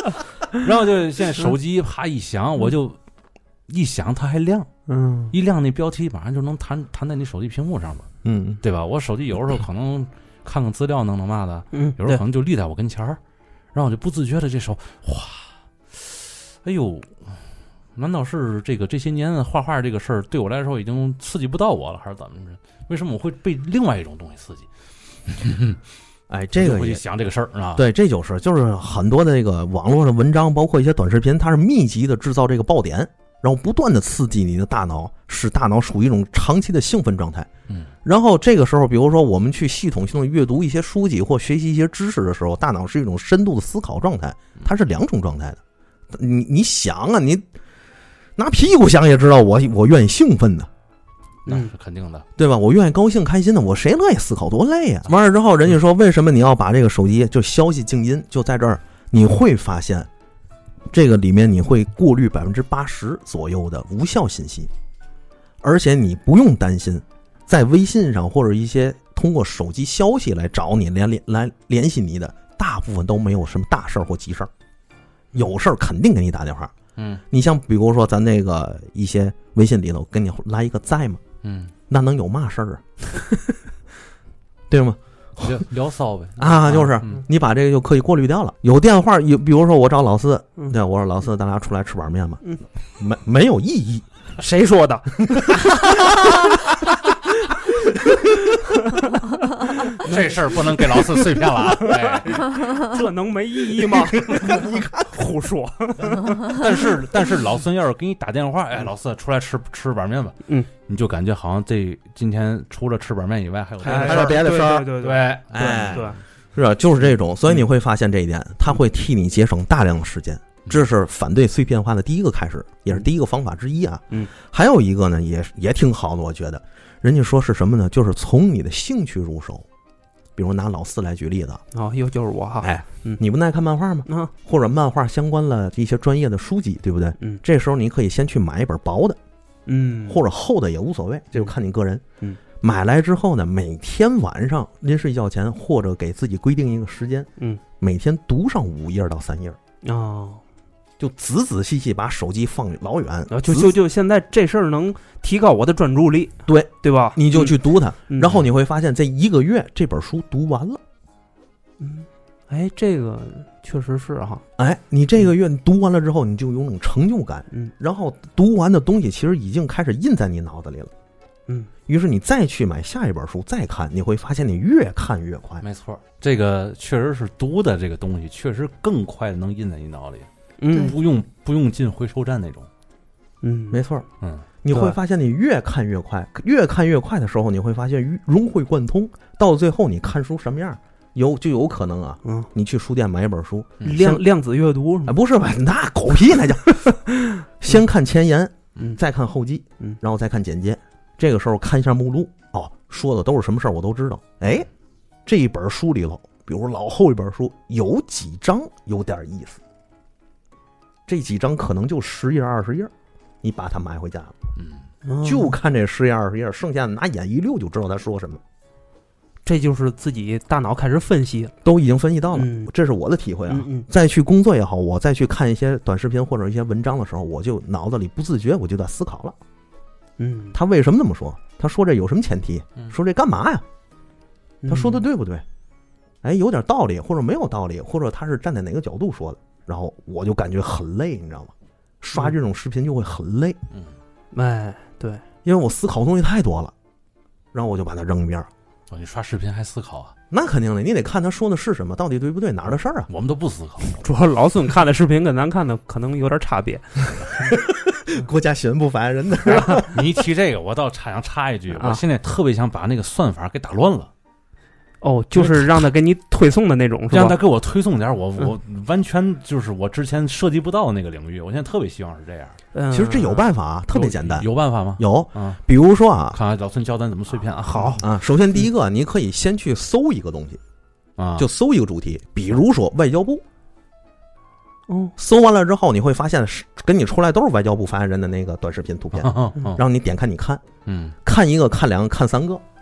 然后就现在手机啪一响，我就一响它还亮， 嗯， 一亮那标题马上就能弹弹在你手机屏幕上面， 嗯， 对吧？我手机有时候可能看看资料弄弄嘛的， 嗯， 有时候可能就立在我跟前儿，然后我就不自觉的这手，哗，哎呦，难道是这个这些年画画这个事儿对我来说已经刺激不到我了，还是怎么着？为什么我会被另外一种东西刺激？ 哎，这个我就也想这个事儿啊， 对，这就是就是很多的这个网络的文章，包括一些短视频，它是密集的制造这个爆点，然后不断的刺激你的大脑，使大脑处于一种长期的兴奋状态。 嗯， 然后这个时候，比如说我们去系统性的阅读一些书籍或学习一些知识的时候，大脑是一种深度的思考状态，它是两种状态的。你你想啊，你拿屁股想也知道我，我愿意兴奋的。 那是肯定的， 对吧？我愿意高兴开心的，我谁乐意思考多累呀、啊？完了之后，人家说为什么你要把这个手机就消息静音？就在这儿，你会发现，这个里面你会过滤百分之八十左右的无效信息，而且你不用担心，在微信上或者一些通过手机消息来找你联联来联系你的，大部分都没有什么大事儿或急事儿，有事儿肯定给你打电话。 嗯， 你像比如说咱那个一些微信里头跟你来一个在吗？ 嗯， 那能有嘛事儿啊？对吗？ 聊聊骚呗啊，就是、 嗯、 你把这个就可以过滤掉了。有电话，有比如说我找老四， 嗯、 对，我说老四，咱俩出来吃碗面吧， 嗯， 没没有意义。 谁说的？ 这事儿不能给老四碎片了啊！哎、 这能没意义吗？你看胡说。 但是但是老孙要是给你打电话，哎，老四出来吃吃碗面吧， 嗯， 你就感觉好像这今天除了吃碗面以外，还有还有别的事儿， 对对对， 哎， 对， 是啊，就是这种，所以你会发现这一点，它会替你节省大量的时间。这是反对碎片化的第一个开始，也是第一个方法之一啊。 嗯， 还有一个呢，也也挺好的，我觉得，人家说是什么呢？就是从你的兴趣入手。比如拿老四来举例子， 哦，又就是我哈， 哎， 嗯， 你不爱看漫画吗？ 啊， 或者漫画相关的一些专业的书籍，对不对？ 嗯， 这时候你可以先去买一本薄的， 嗯， 或者厚的也无所谓，这就看你个人。 嗯， 买来之后呢，每天晚上临睡觉前，或者给自己规定一个时间， 嗯， 每天读上五页到三页， 哦。 就仔仔细细把手机放老远， 就就就现在这事儿能提高我的专注力， 对对吧？ 你就去读它， 嗯、 然后你会发现这一个月这本书读完了。 嗯，哎，这个确实是哈。 哎，你这个月读完了之后，你就有种成就感， 嗯， 然后读完的东西其实已经开始印在你脑子里了， 嗯， 于是你再去买下一本书再看，你会发现你越看越快。 没错，这个确实是读的这个东西，确实更快的能印在你脑里。 嗯， 不用不用进回收站那种， 嗯， 没错， 嗯， 你会发现你越看越快，越看越快的时候，你会发现融会贯通，到最后你看书什么样，有就有可能啊， 嗯， 你去书店买一本书， 量量子阅读， 哎，不是吧？那狗屁那叫，先看前言， 嗯， 再看后记， 嗯， 然后再看简介，这个时候看一下目录，哦，说的都是什么事儿我都知道，哎，这一本书里头，比如老后一本书，有几章有点意思。这几章可能就十页二十页，你把它买回家了， 嗯， 就看这十页二十页，剩下的拿眼一溜就知道他说什么。 这就是自己大脑开始分析， 都已经分析到了， 嗯、 这是我的体会啊。 嗯嗯、 再去工作也好，我再去看一些短视频或者一些文章的时候，我就脑子里不自觉我就在思考了。 嗯， 他为什么那么说？他说这有什么前提？说这干嘛呀？他说的对不对？哎，有点道理，或者没有道理，或者他是站在哪个角度说的？然后我就感觉很累，你知道吗？刷这种视频就会很累。 嗯， 哎，对， 因为我思考的东西太多了，然后我就把它扔一边。 哦，你刷视频还思考啊？ 那肯定的，你得看他说的是什么，到底对不对，哪儿的事儿啊？ 我们都不思考。 主要老孙看的视频跟咱看的可能有点差别。 国家新闻部发言人的。 你一提这个，我倒插想插一句， 啊、 我现在特别想把那个算法给打乱了。 哦，就是让他给你推送的那种，是吧？ 让他给我推送点我我完全就是我之前涉及不到那个领域，我现在特别希望是这样。 嗯， 其实这有办法啊，特别简单。 有办法吗？ 有啊， 比如说啊， 看看老孙教咱怎么碎片啊。 好啊，首先第一个，你可以先去搜一个东西啊， 就搜一个主题，比如说外交部。 哦， 搜完了之后，你会发现跟你出来都是外交部发言人的那个短视频图片，然后你点开你看， 嗯， 看一个、看两个、看三个。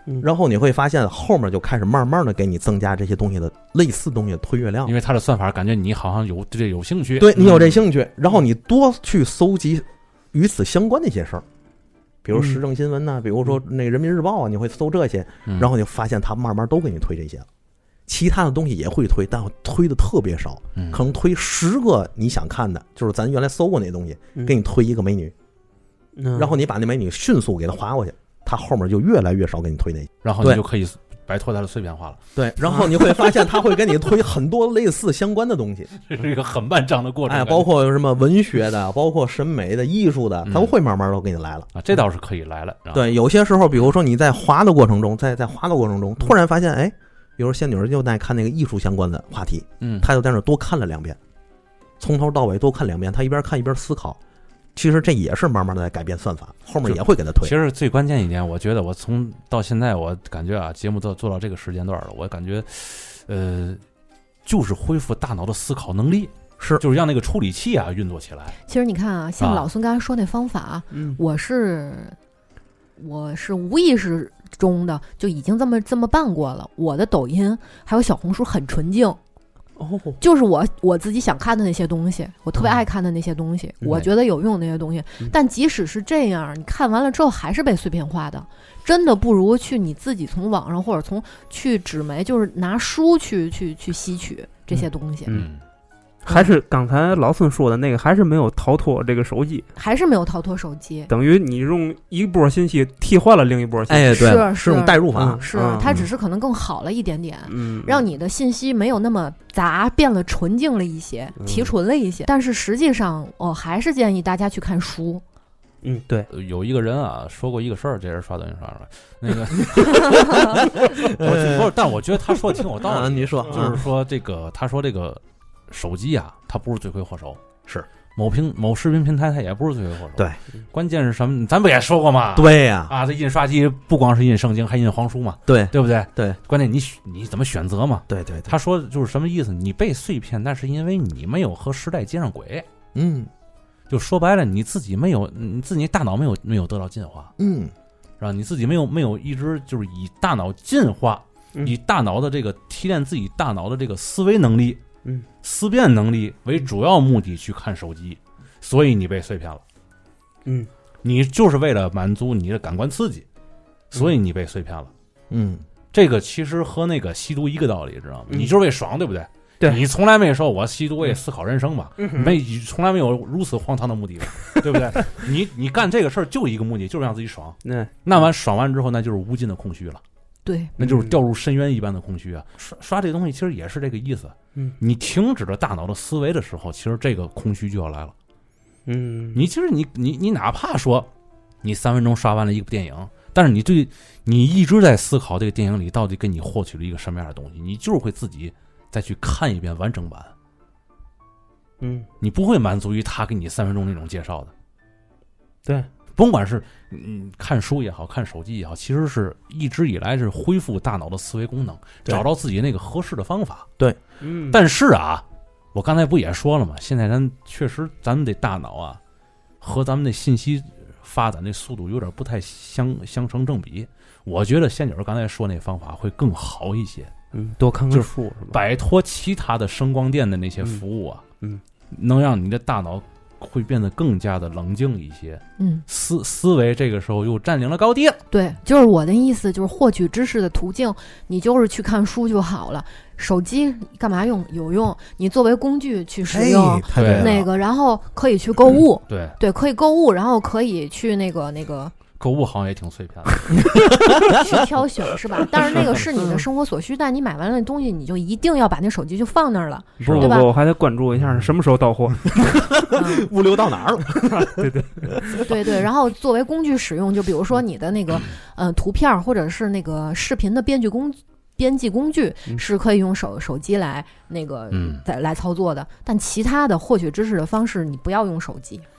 嗯然后你会发现后面就开始慢慢的给你增加这些东西的类似东西的推阅量， 因为它的算法感觉你好像有对这有兴趣， 对你有这兴趣，然后你多去搜集与此相关的一些事儿，比如时政新闻呐、啊，比如说那个人民日报啊，你会搜这些， 嗯、 然后你发现它慢慢都给你推这些了。其他的东西也会推，但推的特别少， 嗯、 可能推十个你想看的，就是咱原来搜过那东西，给你推一个美女， 嗯、 然后你把那美女迅速给它划过去，它后面就越来越少给你推那些， 然后你就可以摆脱它的碎片化了。 对，然后你会发现它会给你推很多类似相关的东西， 这是一个很漫长的过程。 哎，包括什么文学的，包括审美的、艺术的，它都会慢慢都给你来了、 嗯、啊。这倒是可以来了。 对，有些时候，比如说你在滑的过程中，在在滑的过程中，突然发现，哎。比如仙女儿就在看那个艺术相关的话题， 嗯， 她就在那多看了两遍，从头到尾多看两遍，她一边看一边思考。其实这也是慢慢的在改变算法，后面也会给她推。 其实最关键一点，我觉得我从到现在，我感觉啊，节目都做到这个时间段了，我感觉，呃，就是恢复大脑的思考能力， 是就是让那个处理器啊运作起来。 其实你看啊，像老孙刚才说那方法， 嗯， 我是我是无意识中的就已经这么这么办过了。我的抖音还有小红书很纯净， 哦， 就是我我自己想看的那些东西，我特别爱看的那些东西， 嗯、 我觉得有用的那些东西、嗯。但即使是这样，你看完了之后还是被碎片化的，真的不如去你自己从网上或者从去纸媒，就是拿书去去去吸取这些东西。 嗯。 还是刚才老孙说的那个，还是没有逃脱这个手机， 还是没有逃脱手机， 等于你用一波信息替换了另一波信息， 哎，对， 是是种代入法， 嗯、是、嗯、它只是可能更好了一点点， 嗯， 让你的信息没有那么杂，变了纯净了一些， 嗯、 提纯了一些。但是实际上，我、哦、还是建议大家去看书。 嗯，对， 有一个人啊说过一个事儿，这人刷抖音刷出来，那个，不是，但我觉得他说的挺有道理。 啊、你说， 就是说这个，他说这个。手机啊，它不是罪魁祸首， 是某平某视频平台，它也不是罪魁祸首。 对， 关键是什么？咱不也说过吗？ 对呀、 啊，啊，这印刷机不光是印圣经，还印黄书嘛？ 对， 对不对？ 对， 关键你你怎么选择嘛？ 对对对。 他说就是什么意思？你被碎片，那是因为你没有和时代接上轨。 嗯， 就说白了，你自己没有，你自己大脑没有没有得到进化。 嗯， 是吧？你自己没有没有一直就是以大脑进化， 嗯、 以大脑的这个提炼自己大脑的这个思维能力。 嗯， 思辨能力为主要目的去看手机，所以你被碎片了。 嗯， 你就是为了满足你的感官刺激，所以你被碎片了。 嗯， 这个其实和那个吸毒一个道理，知道吗？ 嗯、 你就是为爽，对不对？ 对， 你从来没说我吸毒为思考人生吧？ 嗯、 没，从来没有如此荒唐的目的吧，对不对？你你干这个事儿就一个目的，就是让自己爽。 嗯， 那完爽完之后，那就是无尽的空虚了。 对， 那就是掉入深渊一般的空虚啊！刷刷这东西其实也是这个意思。 嗯， 你停止了大脑的思维的时候，其实这个空虚就要来了。 嗯， 你其实你你你哪怕说你三分钟刷完了一部电影，但是你对你一直在思考这个电影里到底给你获取了一个什么样的东西，你就是会自己再去看一遍完整版。 嗯， 你不会满足于他给你三分钟那种介绍的。 对。 甭管是嗯看书也好，看手机也好，其实是一直以来是恢复大脑的思维功能，找到自己那个合适的方法。 对， 嗯。 但是啊，我刚才不也说了吗？现在咱确实咱们这大脑啊，和咱们的信息发展的速度有点不太相相成正比。我觉得仙女刚才说那方法会更好一些。 嗯，多看看书，是吧？ 摆脱其他的声光电的那些服务啊， 嗯， 嗯能让你的大脑会变得更加的冷静一些， 嗯， 思思维这个时候又占领了高地了。 对，就是我的意思，就是获取知识的途径，你就是去看书就好了。手机干嘛用？有用，你作为工具去使用， 对那个，然后可以去购物， 嗯、对对，可以购物，然后可以去那个那个。 购物好像也挺碎片的， 去挑选是吧？但是那个是你的生活所需，但你买完了那东西，你就一定要把那手机就放那儿了， 不对吧？ 我还得关注一下什么时候到货， 嗯、 物流到哪儿了？ 对对对对。然后作为工具使用，就比如说你的那个呃图片或者是那个视频的编辑工编辑工具是可以用手手机来那个再来操作的，但其他的获取知识的方式，你不要用手机。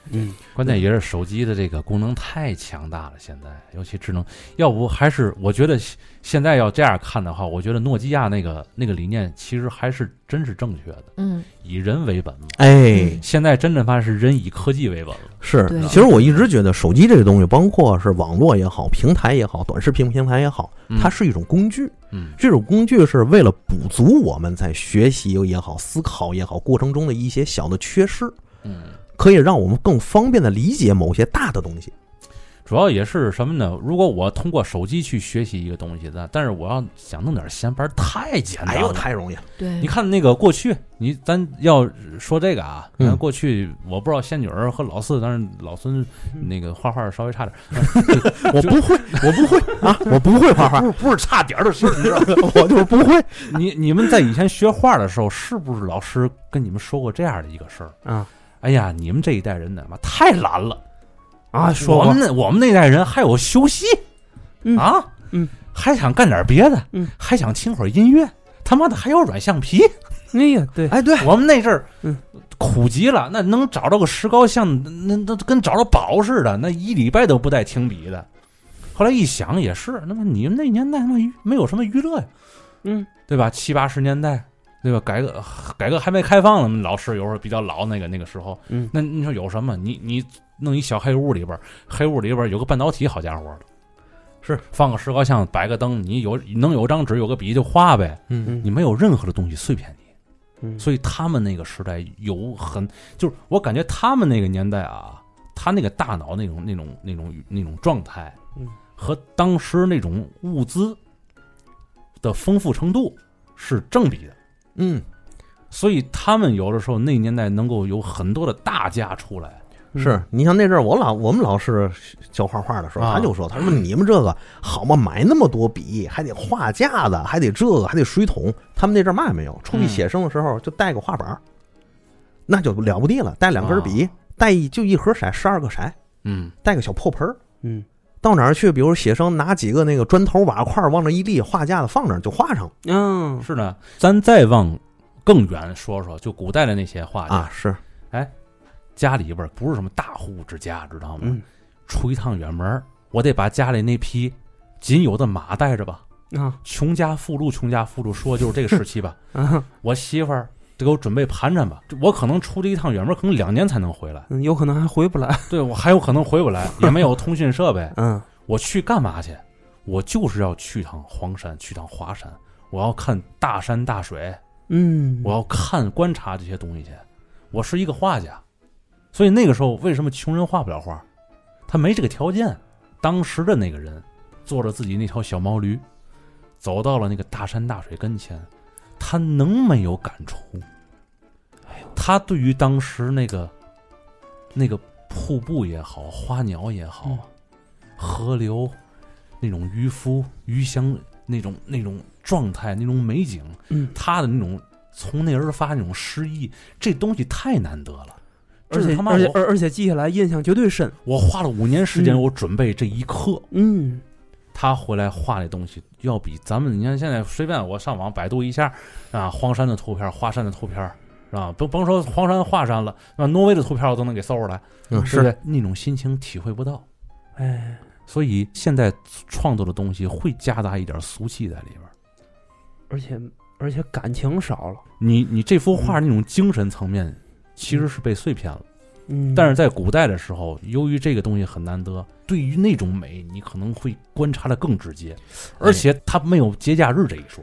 嗯， 关键也是手机的这个功能太强大了，现在尤其智能，要不还是我觉得现在要这样看的话，我觉得诺基亚那个那个理念其实还是真是正确的， 嗯， 以人为本嘛。 哎， 现在真正发现是人以科技为本了。 是对， 其实我一直觉得手机这个东西，包括是网络也好，平台也好，短视频平台也好，它是一种工具。 嗯， 这种工具是为了补足我们在学习也好、思考也好过程中的一些小的缺失。 嗯。 可以让我们更方便的理解某些大的东西。 主要也是什么呢？如果我通过手机去学习一个东西的，但是我要想弄点闲班，太简单了， 哎呦，太容易了。 对， 你看那个过去，你咱要说这个啊， 嗯你看过去我不知道仙女儿和老四，但是老孙那个画画稍微差点， 我不会，我不会啊，我不会画画， 不是不是差点的事，你知道吗？ 我就是不会。 你你们在以前学画的时候，是不是老师跟你们说过这样的一个事儿啊？ 哎呀，你们这一代人呢妈太懒了啊！说我们那我们那代人还有休息、 嗯、 啊， 嗯， 还想干点别的， 嗯， 还想听会儿音乐，他妈的还有软橡皮。 哎呀，对， 哎，对我们那阵儿， 嗯， 苦极了，那能找到个石膏像，那那跟找到宝似的，那一礼拜都不带停笔的。后来一想也是，那么你们那年代他妈没有什么娱乐呀， 嗯， 对吧？七八十年代。对吧？改革改革还没开放呢，老师有时候比较老，那个那个时候， 嗯， 那你说有什么？你你弄一小黑屋里边，黑屋里边有个半导体，好家伙的， 是放个石膏像，摆个灯，你有能有张纸，有个笔就画呗， 嗯， 你没有任何的东西碎片你， 嗯， 所以他们那个时代有很，就是我感觉他们那个年代啊，他那个大脑那种那种那种那种状态， 嗯， 和当时那种物资的丰富程度是正比的。 嗯， 所以他们有的时候那年代能够有很多的大家出来。 是你像那阵儿，我老我们老师教画画的时候， 啊、 他就说：“他说你们这个好嘛，买那么多笔，还得画架子，还得这个，还得水桶。他们那阵儿嘛也没有，出去写生的时候就带个画板、嗯，那就了不地了，带两根笔，啊、带一就一盒色，十二个色， 嗯， 带个小破盆儿， 嗯。” 到哪儿去？比如写生，拿几个那个砖头瓦块往那一立，画架子放那儿就画上。 嗯， 是的。咱再往更远说说，就古代的那些画家啊，是， 哎，家里边不是什么大户之家，知道吗？ 嗯， 出一趟远门，我得把家里那匹仅有的马带着吧。 啊， 穷家富路，穷家富路，说就是这个时期吧。 啊， 我媳妇儿得给我准备盘缠吧，我可能出这一趟远门，可能两年才能回来， 嗯，有可能还回不来。 对，我还有可能回不来，也没有通讯设备。 嗯， 我去干嘛去？我就是要去趟黄山，去趟华山，我要看大山大水， 嗯， 我要看观察这些东西去。我是一个画家，所以那个时候为什么穷人画不了画？他没这个条件。当时的那个人坐着自己那条小毛驴，走到了那个大山大水跟前。他能没有感触？他对于当时那个那个瀑布也好，花鸟也好，嗯、河流那种渔夫渔乡那种那种状态，那种美景， 嗯， 他的那种从内而发那种诗意，这东西太难得了。 而且而且而而且记下来印象绝对深。 我花了五年时间，我准备这一刻。 嗯。 他回来画那东西，要比咱们你看现在随便我上网百度一下啊，荒山的图片、华山的图片，是吧？甭甭说黄山、华山了，那挪威的图片我都能给搜出来， 嗯， 对不对？那种心情体会不到， 哎， 所以现在创作的东西会夹杂一点俗气在里边， 而且而且感情少了。 你你这幅画那种精神层面其实是被碎片了。 嗯， 但是在古代的时候，由于这个东西很难得，对于那种美，你可能会观察的更直接，而且它没有节假日这一说。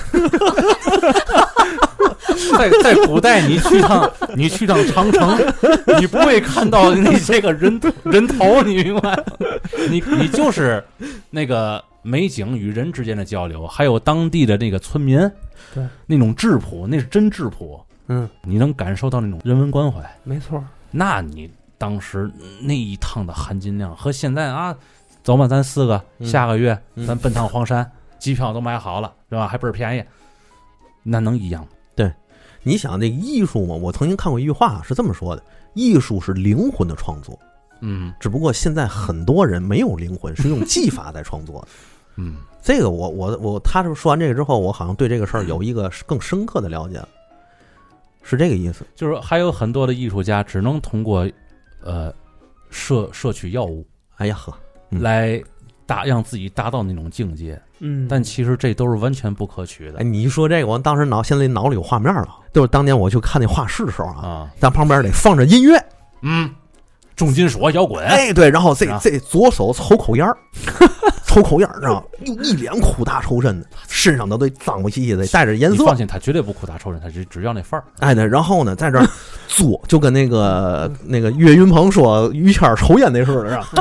在在古代，你去趟你去趟长城，你不会看到那些个人人头，你明白？你你就是那个美景与人之间的交流，还有当地的那个村民， 对那种质朴，那是真质朴。 嗯， 你能感受到那种人文关怀， 没错。 那你当时那一趟的含金量和现在啊，走吧，咱四个、嗯、下个月、嗯、咱奔趟黄山，机票都买好了，是吧？还倍儿便宜，那能一样吗？ 对，你想这个艺术嘛，我曾经看过一句话是这么说的：艺术是灵魂的创作， 嗯， 只不过现在很多人没有灵魂，是用技法在创作的， 嗯， 这个我我我，他说完这个之后，我好像对这个事儿有一个更深刻的了解了。是这个意思， 就是还有很多的艺术家只能通过呃摄摄取药物， 哎呀呵，嗯来达让自己达到那种境界。 嗯， 但其实这都是完全不可取的。 哎，你一说这个，我当时脑现在脑里有画面了，就是当年我去看那画室的时候啊， 啊， 咱旁边得放着音乐， 嗯，重金属摇滚， 哎，对，然后这啊这左手抽口烟儿，抽口烟儿，然后又一脸苦大仇深的，身上都得脏不兮兮的，带着颜色。 你放心，他绝对不苦大仇深，他只只要那范儿。 哎，对，然后呢，在这儿嘬，就跟那个那个岳云鹏说于谦抽烟那似的，是吧？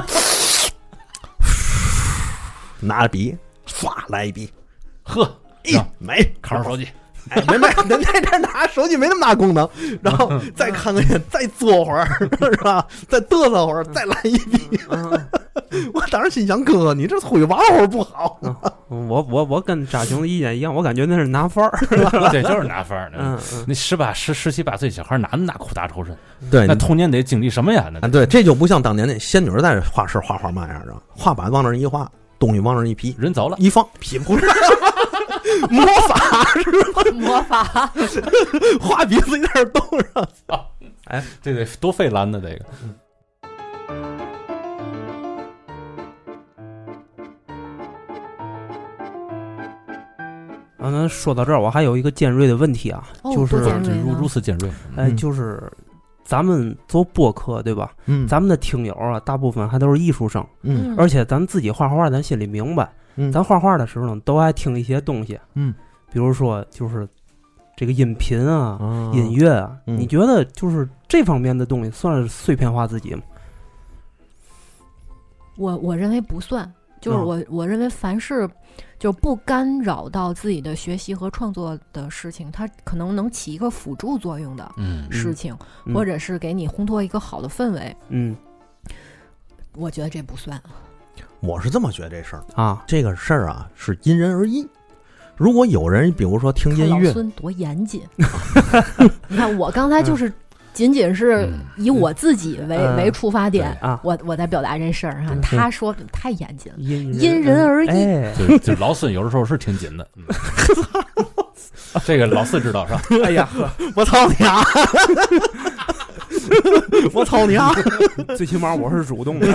拿着笔，唰来一笔， 呵， 咦，没， 看着手机， 哎，没没，那那这拿手机没那么大功能，然后再看看烟，再嘬会儿，是吧？再嘚瑟会儿，再来一笔。我当时心想，哥，你这会玩会儿不好。 我我我跟扎熊的意见一样，我感觉那是拿范儿。 对，就是拿范儿。 嗯嗯， 那十八、十十七八岁小孩哪那么大苦大仇深？ 对， 那童年得经历什么呀？那啊，对，这就不像当年那仙女在画室画画嘛样的，画板往那儿一画，东西往那儿一劈， 人走了， 一放，噼不是魔法是吧？ 魔法， 画笔自己在那儿动上。 哎，这得多费蓝的这个。 啊，那说到这儿，我还有一个尖锐的问题啊， 哦就是多尖锐如呢如此尖锐， 哎， 嗯就是咱们做播客对吧？ 嗯咱们的听友啊，大部分还都是艺术生， 嗯而且咱自己画画，咱心里明白， 嗯咱画画的时候呢，都爱听一些东西， 嗯， 比如说就是这个音频啊、 啊音乐啊， 嗯你觉得就是这方面的东西算是碎片化自己吗？ 我我认为不算，就是哦我我认为凡是就不干扰到自己的学习和创作的事情，它可能能起一个辅助作用的嗯事情， 嗯或者是给你烘托一个好的氛围， 嗯我觉得这不算。 我是这么觉得这事儿， 啊， 这个事儿啊是因人而异。如果有人比如说听看老音乐， 孙多严谨，你看我刚才就是仅仅是以我自己为、 嗯为出发点， 啊我我在表达这事儿哈。 嗯他说的太严谨了， 因因人而异哎， 就就老孙有的时候是挺紧的，嗯这个老四知道是吧？ 哎呀， 我操你啊！我操你啊！ 最起码我是主动的。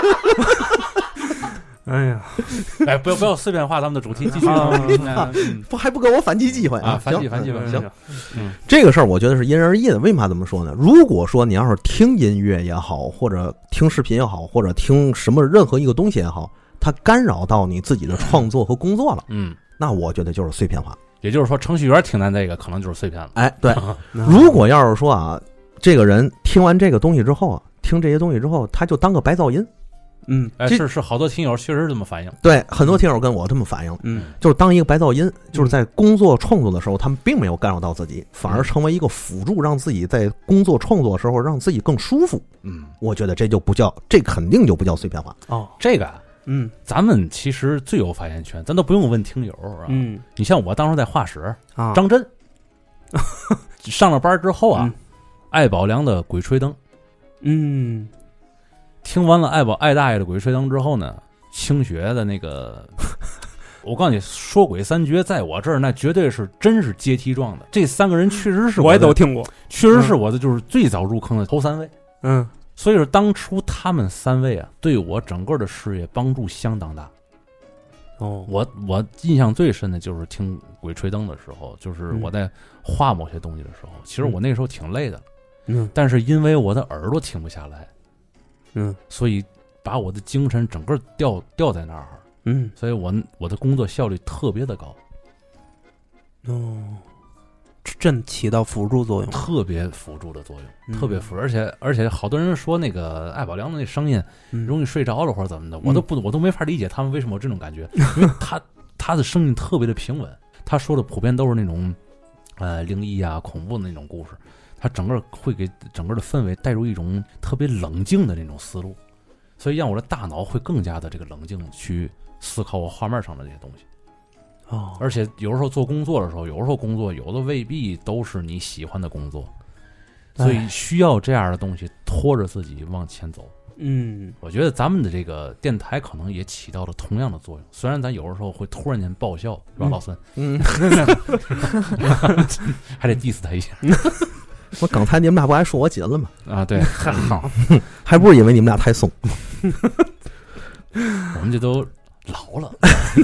哎呀， 哎，不要不要碎片化咱们的主题，继续啊嗯不还不给我反击机会啊，反击行反击吧， 行行，嗯这个事儿我觉得是因人而异的。为嘛这么说呢？如果说你要是听音乐也好，或者听视频也好，或者听什么任何一个东西也好，它干扰到你自己的创作和工作了， 嗯， 那我觉得就是碎片化。 也就是说，程序员听咱这个可能就是碎片了。 哎，对， 嗯如果要是说啊，这个人听完这个东西之后啊，听这些东西之后，他就当个白噪音。 嗯哎， 这是是，好多听友确实是这么反映。 对，很多听友跟我这么反映， 嗯就是当一个白噪音，就是在工作创作的时候，他们并没有干扰到自己，反而成为一个辅助，让自己在工作创作的时候让自己更舒服。 嗯， 我觉得这就不叫，这肯定就不叫碎片化。 哦这个啊嗯咱们其实最有发言权，咱都不用问听友啊。 嗯你像我当时在画室， 啊， 张震上了班之后啊嗯， 艾宝良的《鬼吹灯》， 嗯听完了艾宝艾大爷的《鬼吹灯》之后呢，清雪的那个，我告诉你，说鬼三绝在我这儿那绝对是真是阶梯状的。这三个人确实是我也的都听过。 确实是我的就是最早入坑的头三位。 嗯所以说，当初他们三位啊，对我整个的事业帮助相当大。 哦我我印象最深的就是听《鬼吹灯》的时候，就是我在画某些东西的时候，其实我那个时候挺累的， 嗯但是因为我的耳朵停不下来， 嗯所以把我的精神整个吊吊在那儿， 嗯所以我我的工作效率特别的高， 哦，真起到辅助作用。 特别辅助的作用， 嗯特别辅助，而且而且好多人说那个艾宝良的那声音嗯容易睡着了或者怎么的，我都不我都没法理解他们为什么有这种感觉，因为他他的声音特别的平稳，他说的普遍都是那种呃灵异啊恐怖的那种故事，他整个会给整个的氛围带入一种特别冷静的那种思路，所以让我的大脑会更加的这个冷静去思考我画面上的这些东西。 哦， 而且有时候做工作的时候，有时候工作有的未必都是你喜欢的工作，所以需要这样的东西拖着自己往前走。 嗯我觉得咱们的这个电台可能也起到了同样的作用，虽然咱有的时候会突然间爆笑，是吧， 嗯老孙？ 嗯， 还得 diss 他一下。 我刚才你们俩不还说我紧了吗？ 啊，对，好， 还不是因为你们俩太松。 我们这都老了，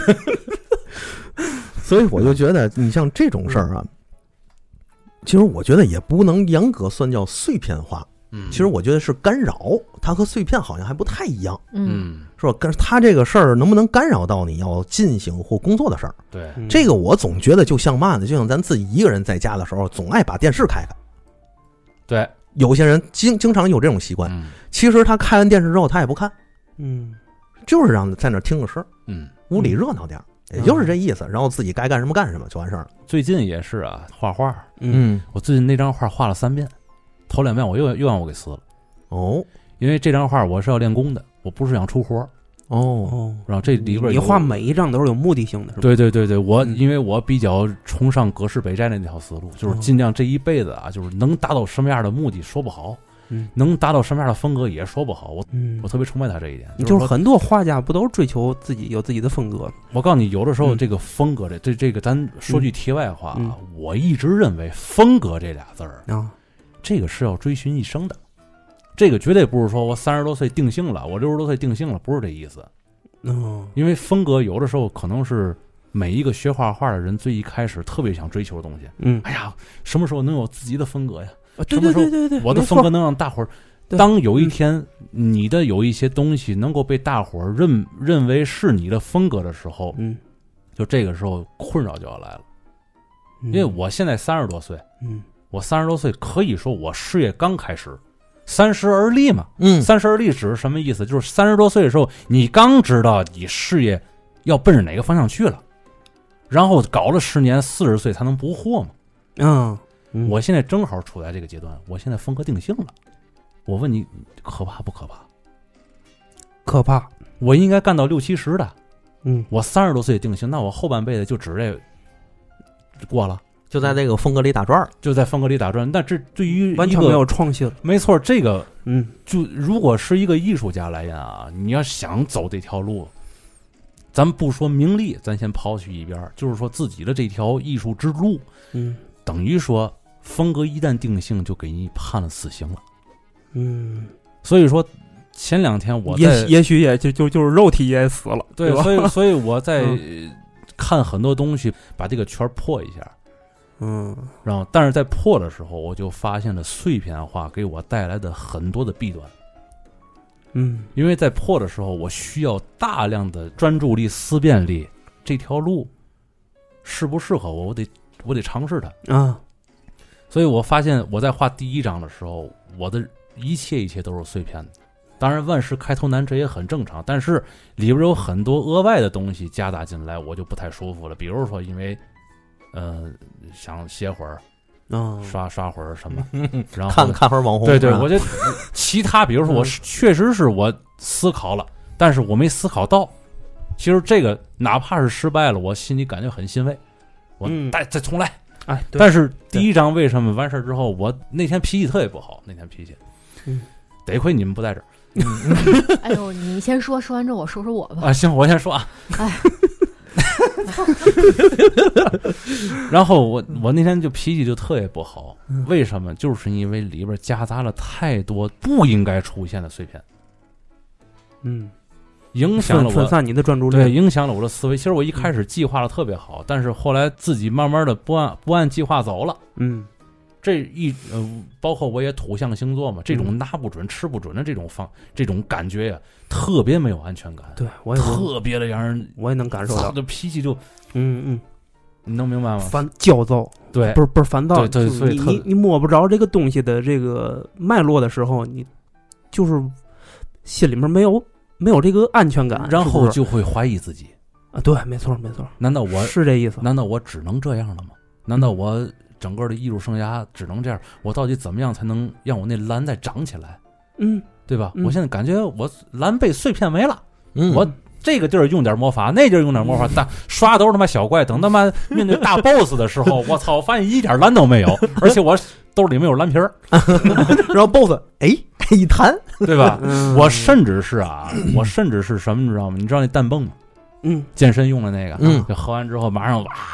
所以我就觉得，你像这种事儿啊，其实我觉得也不能严格算叫碎片化。 嗯， 其实我觉得是干扰，它和碎片好像还不太一样， 嗯， 是吧？但是它这个事儿能不能干扰到你要进行或工作的事儿？ 对， 嗯这个我总觉得就像嘛呢，就像咱自己一个人在家的时候，总爱把电视开开。 对， 有些人经经常有这种习惯， 嗯其实他开完电视之后他也不看， 嗯就是让在那儿听个声， 嗯， 屋里热闹点儿，也就是这意思。然后自己该干什么干什么就完事儿了。 最近也是啊，画画， 嗯我最近那张画画了三遍，头两遍我又又让我给撕了， 哦因为这张画我是要练功的，我不是想出活儿。 哦， 哦， 然后这里边有你画每一张都是有目的性的，是吧？ 对对对对，我嗯因为我比较崇尚葛饰北斋那条思路，就是尽量这一辈子啊，就是能达到什么样的目的说不好， 嗯能达到什么样的风格也说不好。我嗯我，特别崇拜他这一点。 你就说就是是很多画家不都是追求自己有自己的风格？ 我告诉你，有的时候嗯这个风格这这这个，咱说句题外话啊， 嗯我一直认为风格这俩字儿， 啊， 这个是要追寻一生的。这个绝对不是说我三十多岁定性了，我六十多岁定性了，不是这意思。 哦， 因为风格有的时候可能是每一个学画画的人最一开始特别想追求的东西。 嗯， 哎呀，什么时候能有自己的风格呀？ 啊对对对对对，没错我的风格能让大伙儿， 对当有一天你的有一些东西能够被大伙儿认认为是你的风格的时候， 嗯， 就这个时候困扰就要来了。 因因为我现在三十多岁， 嗯我三十多岁可以说我事业刚开始。三十而立嘛， 嗯， 三十而立指是什么意思？就是三十多岁的时候，你刚知道你事业要奔着哪个方向去了，然后搞了十年，四十岁才能不惑嘛。 啊，嗯我现在正好处在这个阶段，我现在风格定性了。我问你，可怕不可怕？ 可怕， 我应该干到六七十的， 嗯我三十多岁定性，那我后半辈子就指这过了， 就在这个风格里打转儿。 就在风格里打转。那这对于一个完全没有创新， 没错，这个嗯就如果是一个艺术家来言啊，你要想走这条路，咱不说名利，咱先抛去一边儿，就是说自己的这条艺术之路， 嗯等于说风格一旦定性，就给你判了死刑了。 嗯， 所以说前两天我在也也许也就就就是肉体也死了， 对， 吧？ 所以所以我在嗯看很多东西，把这个圈破一下。 嗯然后，但是在破的时候，我就发现了碎片化给我带来的很多的弊端。 嗯因为在破的时候，我需要大量的专注力、思辨力，这条路适不适合我，我得我得尝试它。 啊， 所以我发现我在画第一章的时候，我的一切一切都是碎片的。当然，万事开头难，这也很正常。但是里边有很多额外的东西夹杂进来，我就不太舒服了。比如说，因为呃想歇会儿、 啊， 刷刷会儿什么，然后看看会儿网红， 对对， 是吧我觉得其他，比如说我是确实是我思考了，但是我没思考到。其实这个哪怕是失败了，我心里感觉很欣慰。我嗯再再重来。 哎，对但是第一章为什么完事儿之后，我那天脾气特别不好？那天脾气， 嗯， 得亏你们不在这儿哎呦，你先说，说完之后我说说我吧。 啊。行，我先说啊。 哎， 然后我我那天就脾气就特别不好， 嗯为什么？就是因为里边夹杂了太多不应该出现的碎片， 嗯， 影响了我分分散你的专注力， 对，影响了我的思维。其实我一开始计划的特别好，但是后来自己慢慢的不按不按计划走了。 嗯这一呃，包括我也土象星座嘛，这种拿不准、吃不准的这种方这种感觉呀，特别没有安全感， 对我也是特别的让人我也能感受到， 这脾气就， 嗯嗯， 你能明白吗？ 烦焦躁， 对， 不是不是烦躁， 对对就是所以特你你你摸不着这个东西的这个脉络的时候，你就是心里面没有没有这个安全感， 然后是不是就会怀疑自己。 啊，对，没错没错， 难道我是这意思？ 难道我只能这样了吗？难道我整个的艺术生涯只能这样？我到底怎么样才能让我那蓝再长起来？ 嗯， 对吧？ 嗯我现在感觉我蓝被碎片没了， 嗯， 我这个地儿用点魔法，那地儿用点魔法，大刷都是他妈小怪。等他妈面对大 boss 的时候，我操，我发现一点蓝都没有，而且我兜里没有蓝皮儿， 然后 boss 哎一弹， 对吧？ 嗯我甚至是啊，我甚至是什么，你知道吗？你知道那氮泵吗？ 嗯健身用的那个， 嗯就喝完之后马上哇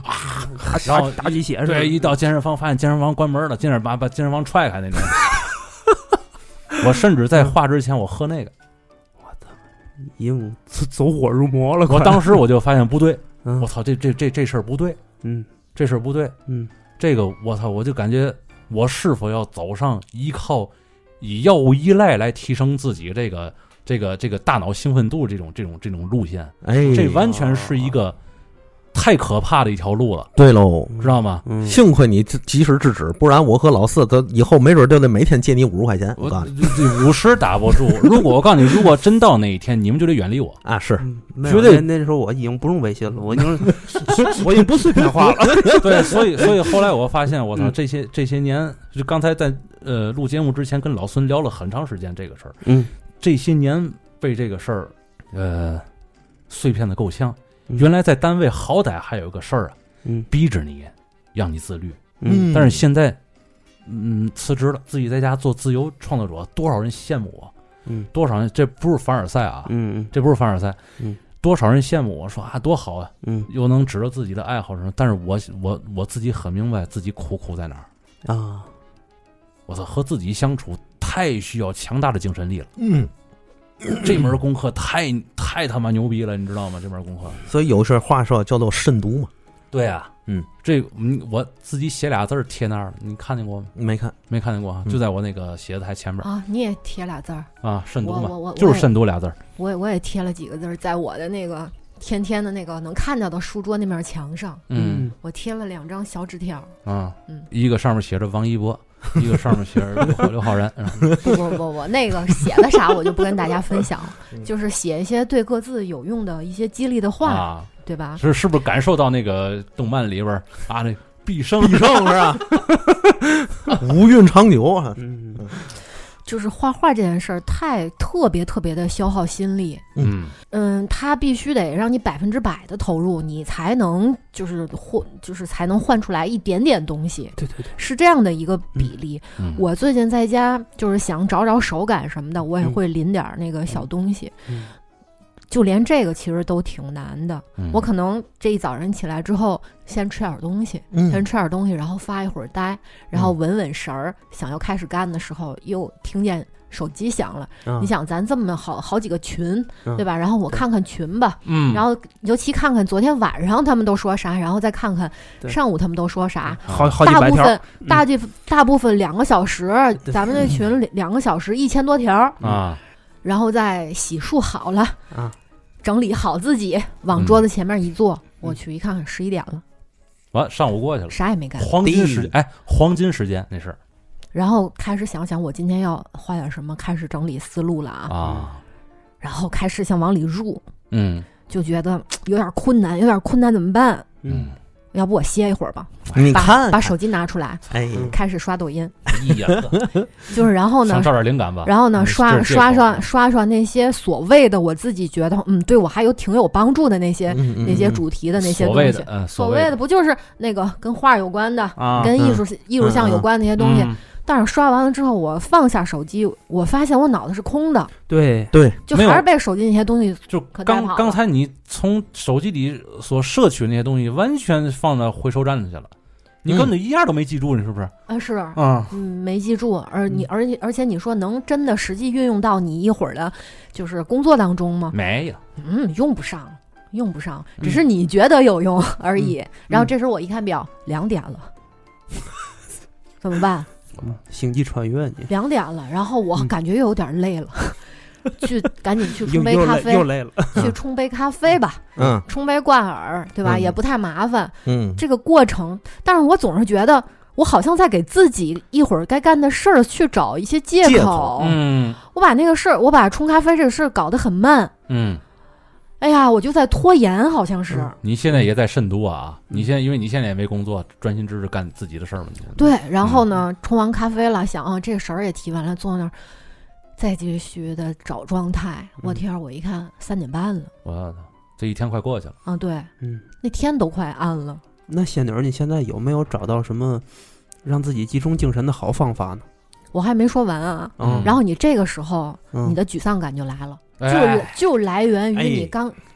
啊， 打然后打打鸡血是吧？ 对，一到健身房发现健身房关门了，进而把把健身房踹开那种。我甚至在画之前我喝那个， 我操，已经走火入魔了。 我当时我就发现不对， 嗯我操，这这这这事儿不对， 嗯这事儿不对， 嗯， 这个我操，我就感觉我是否要走上依靠以药物依赖来提升自己这个这个这个大脑兴奋度这种这种这种路线， 哎， 这完全是一个太可怕的一条路了， 对喽。 知道吗？ 嗯， 幸亏你及时制止，不然我和老四他以后没准就得每天借你五十块钱。我我告诉你这五十打不住。如果我告诉你，如果真到那一天，你们就得远离我。 啊，是嗯没有绝对那那时候我已经不用微信了，我已经我已经不碎片化了。 对，所以所以后来我发现，我操， 嗯这些这些年，就刚才在呃录节目之前跟老孙聊了很长时间这个事儿。 嗯， 这些年被这个事儿呃碎片的够呛。 嗯原来在单位好歹还有个事儿啊， 嗯逼着你让你自律， 嗯但是现在嗯辞职了，自己在家做自由创作者，多少人羡慕我， 嗯多少人这不是凡尔赛啊， 嗯这不是凡尔赛， 嗯， 多少人羡慕我说啊多好啊， 嗯又能指着自己的爱好什么，但是我我我自己很明白自己苦苦在哪儿， 啊， 我操，和自己相处太需要强大的精神力了， 嗯， 这门功课太太他妈牛逼了，你知道吗？这门功课。 所以有事话说叫做慎读嘛。 对啊， 嗯， 这嗯我自己写俩字儿贴那儿了，你看见过吗？ 没看， 没看见过啊， 嗯就在我那个写字台前面啊，你也贴俩字儿， 啊，慎读我我嘛，就是我我也慎读俩字儿。 我也我也贴了几个字儿，在我的那个天天的那个能看到的书桌那面墙上， 嗯我贴了两张小纸条。 啊， 嗯一个上面写着王一博，一个上面写着刘刘昊然。嗯不不不不，那个写的啥我就不跟大家分享了， 嗯就是写一些对各自有用的一些激励的话， 啊， 对吧？ 是是不是感受到那个动漫里边儿啊，那必胜必胜是吧？五运长久啊。 嗯就是画画这件事儿太特别特别的消耗心力， 嗯嗯，它必须得让你百分之百的投入，你才能就是换，就是才能换出来一点点东西， 对对对， 是这样的一个比例。 嗯， 我最近在家就是想找找手感什么的，我也会临点儿那个小东西， 嗯就连这个其实都挺难的。 嗯我可能这一早上起来之后，先吃点东西，先嗯吃点东西，然后发一会儿呆，然后稳稳神儿，想要开始干的时候，又听见手机响了。 啊你想，咱这么好好几个群， 嗯对吧？然后我看看群吧， 嗯， 然后尤其看看昨天晚上他们都说啥，然后再看看对上午他们都说啥。 好好几百条， 大部分嗯大部分大部分两个小时， 对咱们那群里两个小时一千多条， 啊， 然后再洗漱好了， 啊， 整理好自己，往桌子前面一坐，我去一看看十一点了， 完上午过去了， 啥也没干， 黄金时哎，黄金时间那是然后开始想想我今天要画点什么，开始整理思路了啊， 啊， 然后开始想往里入， 嗯就觉得有点困难，有点困难怎么办？ 嗯要不我歇一会儿吧， 你把看看把手机拿出来， 哎， 开始刷抖音， 哎呀， 就是然后呢想，找点灵感吧。 然后呢嗯刷这是借口刷刷刷刷那些所谓的我自己觉得嗯对我还有挺有帮助的那些、 嗯嗯那些主题的那些所东西， 谓的嗯， 所谓谓的不就是那个跟画有关的、 啊， 跟艺术、艺术项有关的那些东西？ 嗯但是刷完了之后，我放下手机，我发现我脑子是空的， 对， 对， 没有就还是被手机那些东西就可带跑了刚刚才你从手机里所摄取的那些东西，完全放到回收站去了，你根本一样都没记住，你是不是？ 啊是。 啊， 嗯，没记住，而你，而且而且你说能真的实际运用到你一会儿的，就是工作当中吗？ 没有， 嗯，用不上，用不上， 嗯只是你觉得有用而已。然后这时候我一看表，两点了，怎么办？ 星际穿越你两点了，然后我嗯感觉又有点累了，去赶紧去又冲杯咖啡又累又，累了， 去冲杯咖啡吧， 嗯冲杯挂耳，对吧？ 嗯也不太麻烦。 嗯， 这个过程，但是我总是觉得。我好像在给自己一会儿该干的事儿去找一些借借口口。 嗯我把那个事儿，我把冲咖啡这个事儿搞得很慢。 嗯， 哎呀，我就在拖延，好像是。 嗯你现在也在慎读啊？你现在因为你现在也没工作，专心致志干自己的事儿嘛。你对，然后呢，冲完咖啡了，想啊，这神儿也提完了，坐那儿，再继续的找状态。我天儿，我一看三点半了， 我操，这一天快过去了。 啊，对， 嗯。 那天都快暗了。 那仙女儿，你现在有没有找到什么让自己集中精神的好方法呢？ 我还没说完啊， 嗯然后你这个时候， 嗯你的沮丧感就来了， 哎就是就来源于哎你刚之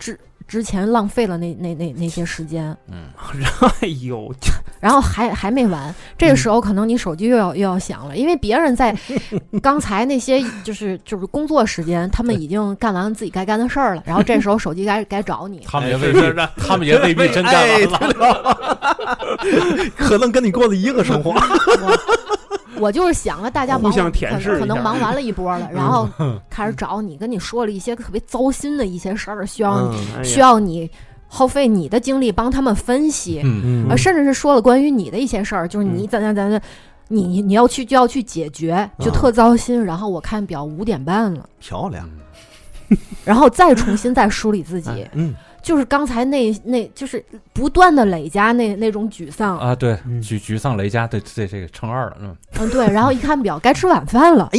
之前浪费了那那那那些时间， 嗯， 哎呦， 然后还还没完，这个时候可能你手机又要又要响了，因为别人在刚才那些就是就是工作时间，他们已经干完自己该干的事儿了，然后这时候手机该该找你， 他们也未必，他们也未必真干完了， 可能跟你过的一个生活。 我我就是想了，大家忙互相舔舐可可能忙完了一波了，然后开始找你，跟你说了一些特别糟心的一些事儿，需要你、 嗯、 需要你耗费你的精力帮他们分析， 嗯呃，甚至是说了关于你的一些事儿，就是你怎样怎样，你你要去就要去解决，就特糟心。然后我看表五点半了， 漂亮， 然后再重新再梳理自己， 嗯。 就是刚才那那就是不断的累加那那种沮丧啊，对，沮沮丧累加，对对，这个乘二了，嗯嗯，对，然后一看表，该吃晚饭了， 哎，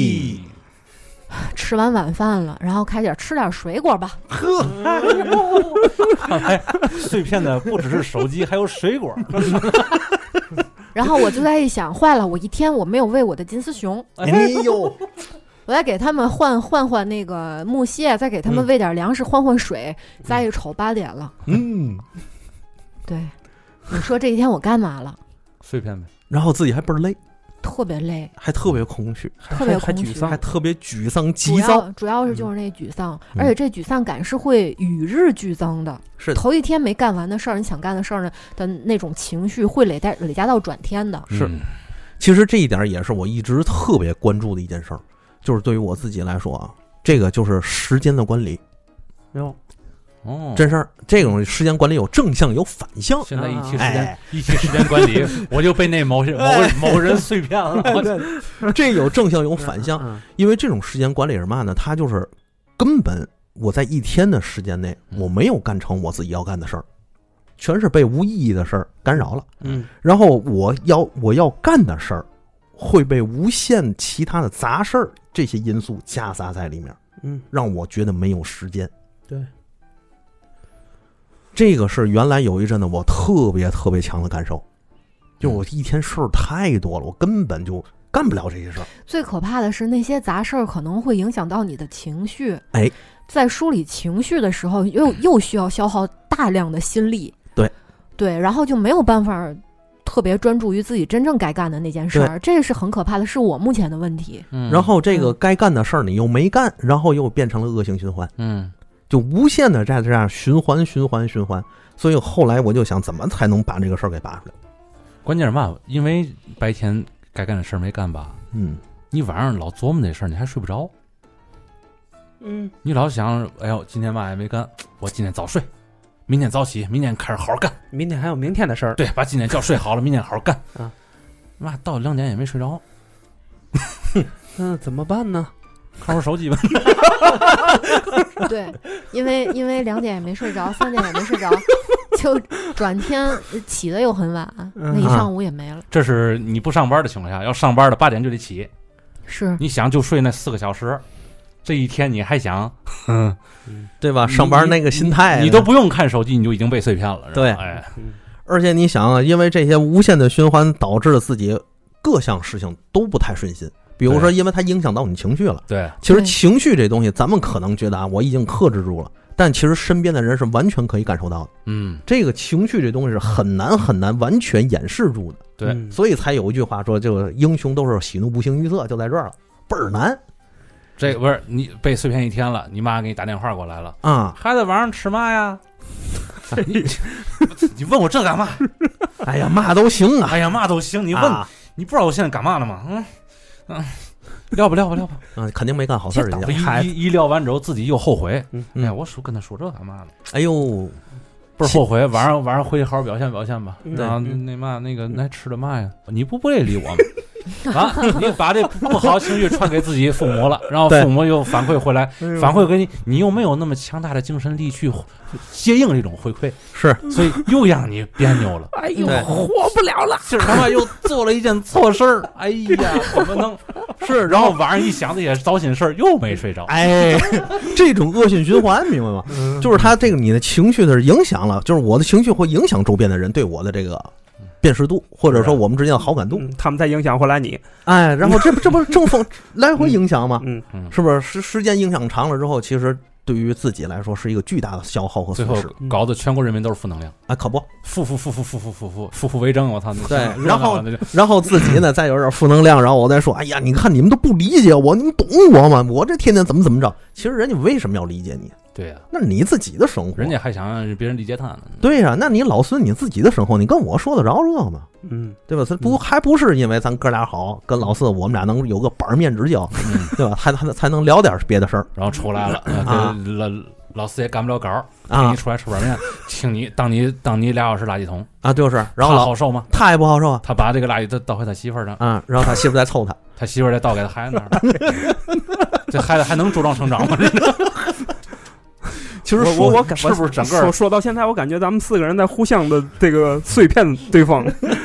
吃完晚饭了，然后开始吃点水果吧。 呵， 看来碎片的不只是手机，还有水果。 然后我就在一想，坏了，我一天我没有喂我的金丝熊， 哎呦。 我再给他们换换换那个木屑，再给他们喂点粮食，换换水。 嗯、 再一瞅八点了， 嗯， 对，你说这一天我干嘛了？ 碎片呗。 然后自己还倍儿累， 特别累， 还特别空虚， 特别空虚， 还特别沮丧、急躁。 主要是就是那沮丧，嗯、而且这沮丧感是会与日俱增的。 是头一天没干完的事儿，你想干的事儿呢的那种情绪会累加累加到转天的。 是，其实这一点也是我一直特别关注的一件事儿。就是对于我自己来说啊，这个就是时间的管理。 哟， 哦， 真事儿，这种时间管理有正向有反向。 现在一提时间， 哎、 一提时间管理，我就被那某某某人碎片了。 对，这有正向有反向， 嗯、 因为这种时间管理是嘛呢？它就是根本我在一天的时间内，我没有干成我自己要干的事儿，全是被无意义的事儿干扰了。 嗯， 然后我要我要干的事儿。会被无限其他的杂事儿这些因素夹杂在里面， 嗯， 让我觉得没有时间。 对， 这个是原来有一阵子我特别特别强的感受，就我一天事儿太多了，我根本就干不了这些事儿。 最可怕的是那些杂事儿可能会影响到你的情绪， 哎， 在梳理情绪的时候，又又需要消耗大量的心力。 对， 对，然后就没有办法。特别专注于自己真正该干的那件事儿，这是很可怕的，是我目前的问题。 嗯、 然后这个该干的事儿你又没干，然后又变成了恶性循环， 嗯， 就无限的在这样循环循环循环。所以后来我就想，怎么才能把这个事儿给拔出来？ 关键是嘛？因为白天该干的事儿没干吧， 嗯， 你晚上老琢磨那事儿，你还睡不着， 嗯， 你老想，哎呦，今天嘛也没干，我今天早睡。明天早起，明天开始好好干。 明天还有明天的事儿。 对，把今天觉睡好了，明天好好干。 啊， 妈，到两点也没睡着。 嗯，怎么办呢？ 看会儿手机吧。 对，因为因为两点也没睡着，三点也没睡着，就转天起的又很晚，那一上午也没了。 这是你不上班的情况下，要上班的八点就得起。 是， 你想就睡那四个小时。这一天你还想，嗯， 对吧？上班那个心态你，你都不用看手机，你就已经被碎片了。 对， 哎， 而且你想啊，因为这些无限的循环，导致了自己各项事情都不太顺心。比如说，因为它影响到你情绪了。 对， 其实情绪这东西，咱们可能觉得啊，我已经克制住了，但其实身边的人是完全可以感受到的。 嗯， 这个情绪这东西是很难很难完全掩饰住的。 对， 所以才有一句话说，这个英雄都是喜怒不形于色，就在这儿了，倍儿难。 这不是你被碎片一天了，你妈给你打电话过来了啊， 孩子晚上吃嘛呀？你你问我这干嘛？ 哎呀，嘛都行啊！ 哎呀，嘛都行。你问、啊、你不知道我现在干嘛呢吗？嗯嗯，聊吧聊吧聊吧。 嗯，肯定没干好事儿。一一聊完之后，自己又后悔。 嗯， 哎呀，我说跟他说这干嘛呢？ 哎呦， 不是后悔，晚上晚上回去好好表现表现吧。 对啊，那嘛那个那吃的嘛呀？你不不得理我吗？啊！你把这不好情绪传给自己父母了，然后父母又反馈回来，反馈给你，你又没有那么强大的精神力去接应这种回馈， 是， 所以又让你别扭了。 哎呦，活不了了！ 今儿他妈又做了一件错事儿，哎呀，怎么能是？然后晚上一想这些糟心事儿，又没睡着。 哎，这种恶性循环，明白吗？就是他这个你的情绪的影响了，就是我的情绪会影响周边的人对我的这个。辨识度，或者说我们之间的好感度， 嗯、他们在影响回来你， 哎，然后这不这不是正风来回影响吗？ 嗯嗯，是不是时时间影响长了之后，其实对于自己来说是一个巨大的消耗和最后损失搞得全国人民都是负能量， 啊！可不， 负负负负负负负负负负为正，我操！ 对那然后那就然后自己呢再有点负能量，然后我再说，哎呀，你看你们都不理解我，你们懂我吗？我这天天怎么怎么着？其实人家为什么要理解你？ 对呀、 那是你自己的生活， 人家还想让别人理解他呢。 对呀、那你老孙你自己的生活，你跟我说得着这吗？ 嗯， 对吧？他不还不是因为咱哥俩好，跟老四我们俩能有个板面之交， 嗯， 对吧？还还才能聊点别的事儿然后出来了， 啊这老老四也干不了稿，请啊你出来吃碗面，请你当你当你俩小时垃圾桶， 啊，就是。然后老他好受吗？ 他也不好受啊他把这个垃圾都倒回他媳妇儿那， 啊，然后他媳妇再凑他， 他媳妇儿再倒给他孩子那儿，这孩子还能茁壮成长吗？ 其实我我我感是不是整个说说到现在，我感觉咱们四个人在互相的这个碎片对方。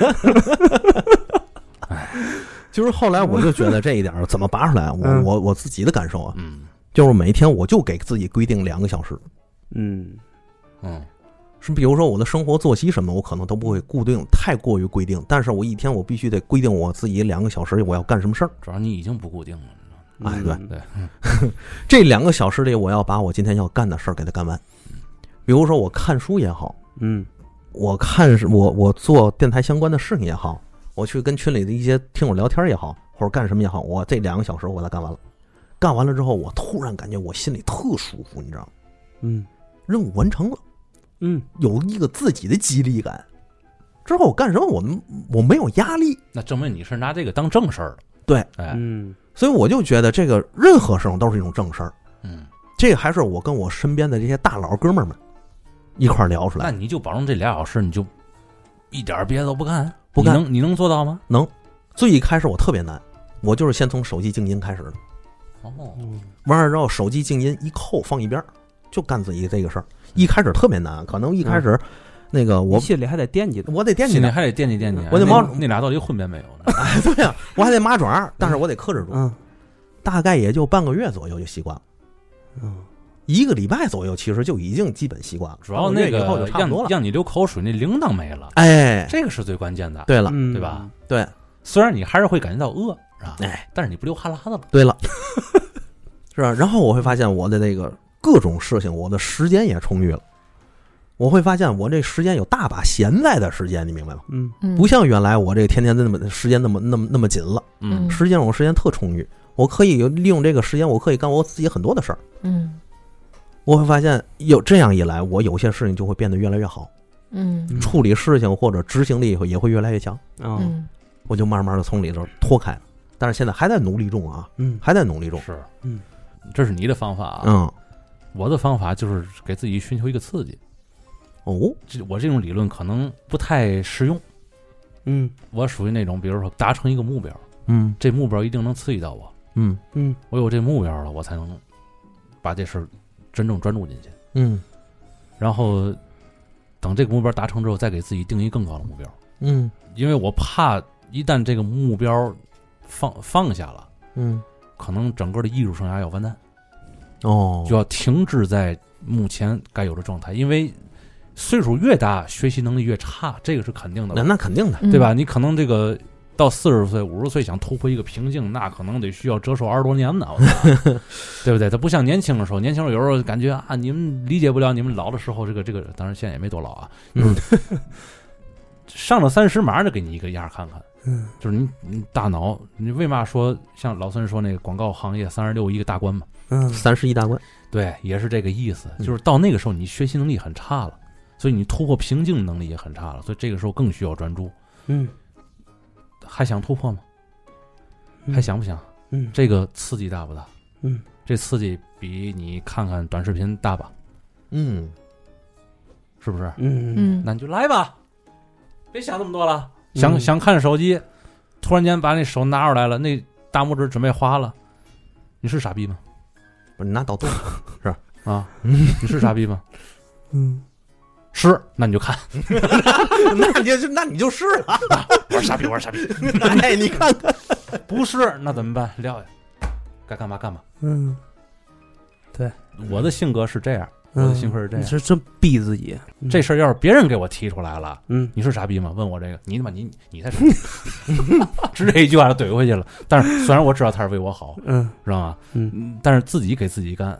就是后来我就觉得这一点儿怎么拔出来，我嗯我我自己的感受啊， 嗯就是每天我就给自己规定两个小时， 嗯嗯是比如说我的生活作息什么，我可能都不会固定太过于规定，但是我一天我必须得规定我自己两个小时我要干什么事儿。 主要你已经不固定了， 哎对嗯对， 这两个小时里，我要把我今天要干的事儿给它干完。比如说我看书也好， 嗯我看是我我做电台相关的事情也好，我去跟群里的一些听友聊天也好，或者干什么也好，我这两个小时我给它干完了。干完了之后，我突然感觉我心里特舒服，你知道吗？ 嗯任务完成了， 嗯有一个自己的激励感。之后我干什么，我我没有压力， 那证明你是拿这个当正事儿了。 对， 哎， 嗯所以我就觉得这个任何事情都是一种正事儿。 嗯， 这个还是我跟我身边的这些大佬哥们儿们一块儿聊出来的。 那你就保证这俩小时你就一点别的都不干， 不干你能你能做到吗？ 能，最一开始我特别难，我就是先从手机静音开始的。 哦， 完了之后，手机静音一扣放一边儿，就干自己这个事儿。一开始特别难，可能一开始那个我你心里还得惦记着。 我得惦记着， 心里还得惦记惦记。 我得忙那那俩到底混变没有呢？ 哎，对呀、我还得麻爪，但是我得克制住。 嗯大概也就半个月左右就习惯了， 嗯一个礼拜左右其实就已经基本习惯了。 主要那半个月以后个就差不多了。 让让你流口水，那铃铛没了， 哎， 这个是最关键的。 对了， 嗯对吧？ 对， 虽然你还是会感觉到饿，是吧？ 哎， 但是你不流哈喇子了。 对了，是吧？然后我会发现我的那个各种事情，我的时间也充裕了。我会发现我这时间有大把闲在的时间，你明白吗？ 嗯嗯不像原来我这个天天那么时间那么那么那么紧了。 嗯嗯实际上我时间特充裕，我可以有利用这个时间，我可以干我自己很多的事儿。 嗯我会发现有这样一来，我有些事情就会变得越来越好， 嗯嗯处理事情或者执行力也会越来越强。 啊嗯我就慢慢的从里头脱开了，但是现在还在努力中啊， 嗯还在努力中。 是， 嗯， 这是你的方法啊。 嗯， 我的方法就是给自己寻求一个刺激。 哦， 这我这种理论可能不太实用。 嗯我属于那种，比如说达成一个目标， 嗯这目标一定能刺激到我， 嗯嗯我有这目标了，我才能把这事儿真正专注进去。 嗯然后等这个目标达成之后，再给自己定一更高的目标， 嗯因为我怕一旦这个目标放放下了， 嗯， 可能整个的艺术生涯要完蛋， 哦， 就要停滞在目前该有的状态。因为岁数越大，学习能力越差，这个是肯定的那吧， 那肯定的， 嗯对吧？你可能这个到四十岁、五十岁想突破一个瓶颈，那可能得需要折寿二十多年呢，我操对不对？它不像年轻的时候，年轻的时候有时候感觉啊，你们理解不了你们老的时候这个这个，当然现在也没多老啊， 嗯上了三十马上就给你一个样儿看看。 嗯就是你你大脑，你为嘛说像老孙说那个广告行业三十六一个大关嘛？ 嗯三十一大关。 对，也是这个意思。 嗯就是到那个时候，你学习能力很差了，所以你突破瓶颈能力也很差了，所以这个时候更需要专注。 嗯， 还想突破吗？还想不想？ 嗯这个刺激大不大？ 嗯， 这刺激比你看看短视频大吧？ 嗯是不是？ 嗯嗯那你就来吧，别想那么多了。想嗯想看手机，突然间把那手拿出来了，那大拇指准备划了，你是傻逼吗？ 不是你拿刀剁啊，你是傻逼吗？ 嗯是，那你就看。 那你就那你就是了。 我是傻逼，我是傻逼。 哎，你看看， 不是，那怎么办？撂下，该干嘛干嘛。 嗯， 我的性格是这样，我的性格是这样。 你是真逼自己。 这事儿要是别人给我提出来了， 嗯你是傻逼吗？问我这个，你他妈你你才傻逼，直接一句话就怼回去了。但是虽然我知道他是为我好， 嗯知道吗？ 嗯嗯，但是自己给自己干，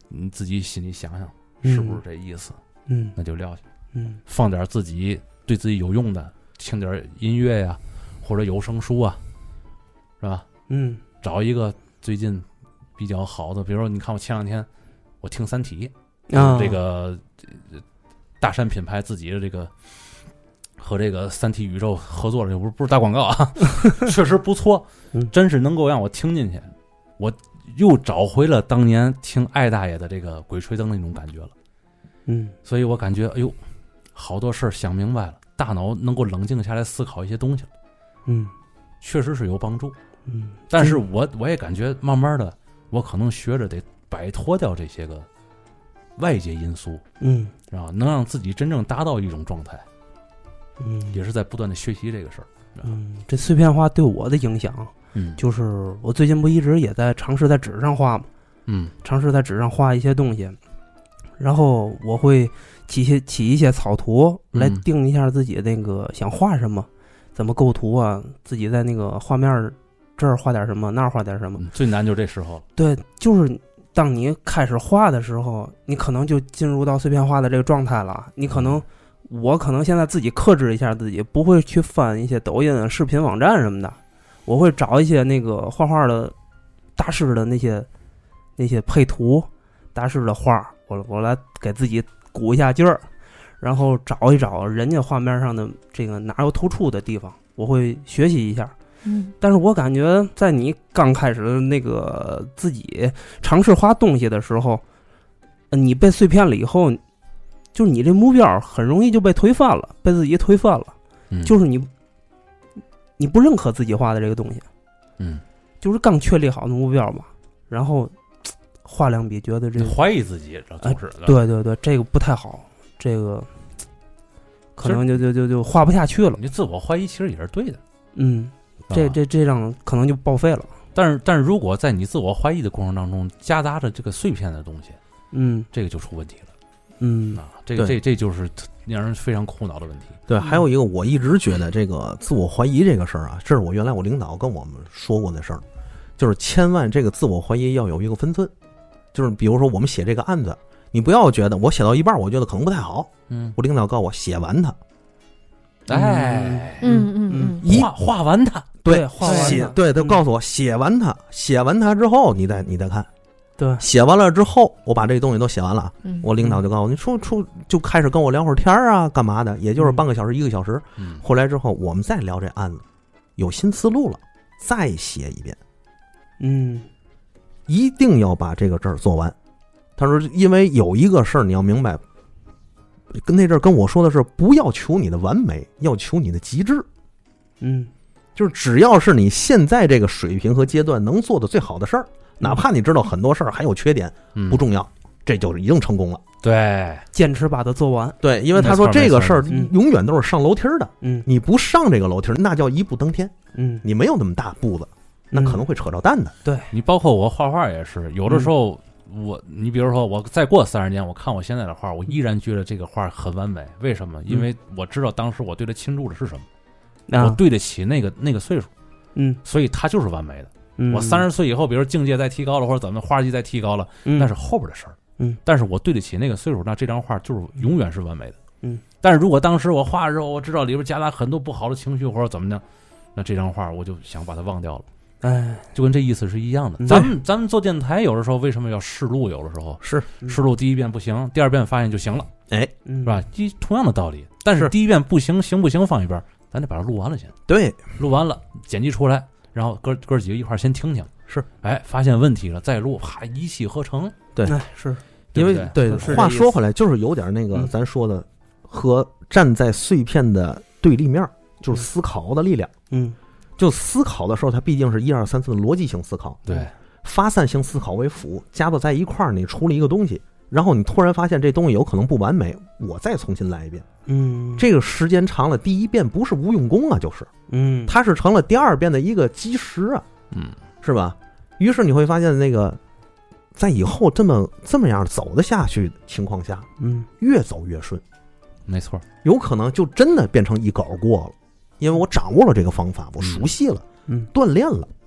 你自己心里想想是不是这意思， 嗯， 那就撂下， 嗯， 放点自己对自己有用的，听点音乐呀，或者有声书啊，是吧？ 嗯， 找一个最近比较好的，比如说你看我前两天我听《三体》 啊， 这个大山品牌自己的这个和这个三体宇宙合作的，不是不是打广告啊，确实不错，真是能够让我听进去，我又找回了当年听艾大爷的这个鬼吹灯的那种感觉了。 嗯， 所以我感觉，哎呦，好多事儿想明白了，大脑能够冷静下来思考一些东西了。 嗯， 确实是有帮助。 嗯， 但是我我也感觉慢慢的，我可能学着得摆脱掉这些个外界因素， 嗯， 啊，能让自己真正达到一种状态。 嗯， 也是在不断的学习这个事儿。 嗯，这碎片化对我的影响， 嗯， 就是我最近不一直也在尝试在纸上画嘛， 嗯， 尝试在纸上画一些东西，然后我会起些起一些草图来定一下自己那个想画什么，怎么构图啊，自己在那个画面这儿画点什么，那儿画点什么。 最难就这时候了。 对，就是当你开始画的时候，你可能就进入到碎片化的这个状态了。你可能，我可能现在自己克制一下自己，不会去翻一些抖音、视频网站什么的，我会找一些那个画画的大师的那些那些配图、大师的画，我我来给自己鼓一下劲儿，然后找一找人家画面上的这个哪有突出的地方，我会学习一下。 嗯， 但是我感觉在你刚开始那个自己尝试画东西的时候，你被碎片了以后，就是你这目标很容易就被推翻了，被自己推翻了。 嗯， 就是你你不认可自己画的这个东西， 嗯， 就是刚确立好的目标嘛，然后画两笔觉得这个怀疑自己，这总是的、 哎。对对对，这个不太好，这个可能就就就就画不下去了。 你自我怀疑其实也是对的， 嗯。这这这样可能就报废了， 但是但是如果在你自我怀疑的过程当中夹杂着这个碎片的东西， 嗯， 这个就出问题了， 嗯啊，这个这这就是让人非常苦恼的问题。 对，还有一个我一直觉得这个自我怀疑这个事儿啊，这是我原来我领导跟我们说过的事儿，就是千万这个自我怀疑要有一个分寸，就是比如说我们写这个案子，你不要觉得我写到一半，我觉得可能不太好， 嗯， 我领导告诉我写完它。 哎， 嗯嗯嗯， 一画画完它， 对， 画完写，对，他告诉我写完它，写完它之后，你再你再看， 对， 写完了之后，我把这东西都写完了， 嗯、 我领导就告诉我，你出出就开始跟我聊会儿天啊，干嘛的，也就是半个小时、一个小时。 嗯， 回来之后，我们再聊这案子，有新思路了，再写一遍。 嗯， 一定要把这个事儿做完。他说，因为有一个事儿你要明白。跟那阵儿跟我说的是，不要求你的完美，要求你的极致。 嗯， 就是只要是你现在这个水平和阶段能做的最好的事儿，哪怕你知道很多事儿还有缺点， 嗯、 不重要，这就是已经成功了。 对， 坚持把它做完。 对，因为他说这个事儿永远都是上楼梯的。 嗯， 你不上这个楼梯，那叫一步登天。 嗯， 你没有那么大步子，那可能会扯着蛋的。 对， 你包括我画画也是，有的时候。嗯我，你比如说，我再过三十年，我看我现在的画，我依然觉得这个画很完美。为什么？因为我知道当时我对它倾注的是什么， 嗯、 我对得起那个那个岁数， 嗯， 所以它就是完美的。 嗯、 我三十岁以后，比如境界再提高了，或者怎么画技再提高了， 嗯、 那是后边的事儿。 嗯， 但是我对得起那个岁数，那这张画就是永远是完美的。 嗯， 但是如果当时我画的时候，我知道里边夹杂很多不好的情绪或者怎么的，那这张画我就想把它忘掉了。 哎， 就跟这意思是一样的。咱们咱们做电台，有的时候为什么要试录？有的时候是试录，第一遍不行，第二遍发现就行了， 哎， 是吧？一同样的道理。但是第一遍不行，行不行放一边，咱得把它录完了先。 对， 录完了剪辑出来，然后哥哥几个一块先听听。 是， 哎，发现问题了再录，啪一气呵成。 对， 哎、是因为对对。话说回来，就是有点那个咱说的，和站在碎片的对立面，就是思考的力量。 嗯。 就思考的时候，它毕竟是一二三四的逻辑性思考， 对， 发散性思考为辅，加到在一块儿，你出了一个东西，然后你突然发现这东西有可能不完美，我再重新来一遍， 嗯， 这个时间长了，第一遍不是无用功啊，就是， 嗯， 它是成了第二遍的一个基石啊， 嗯， 是吧？于是你会发现，那个在以后这么这么样走得下去情况下， 嗯， 越走越顺， 没错， 有可能就真的变成一稿过了。因为我掌握了这个方法，我熟悉了， 嗯， 锻炼了，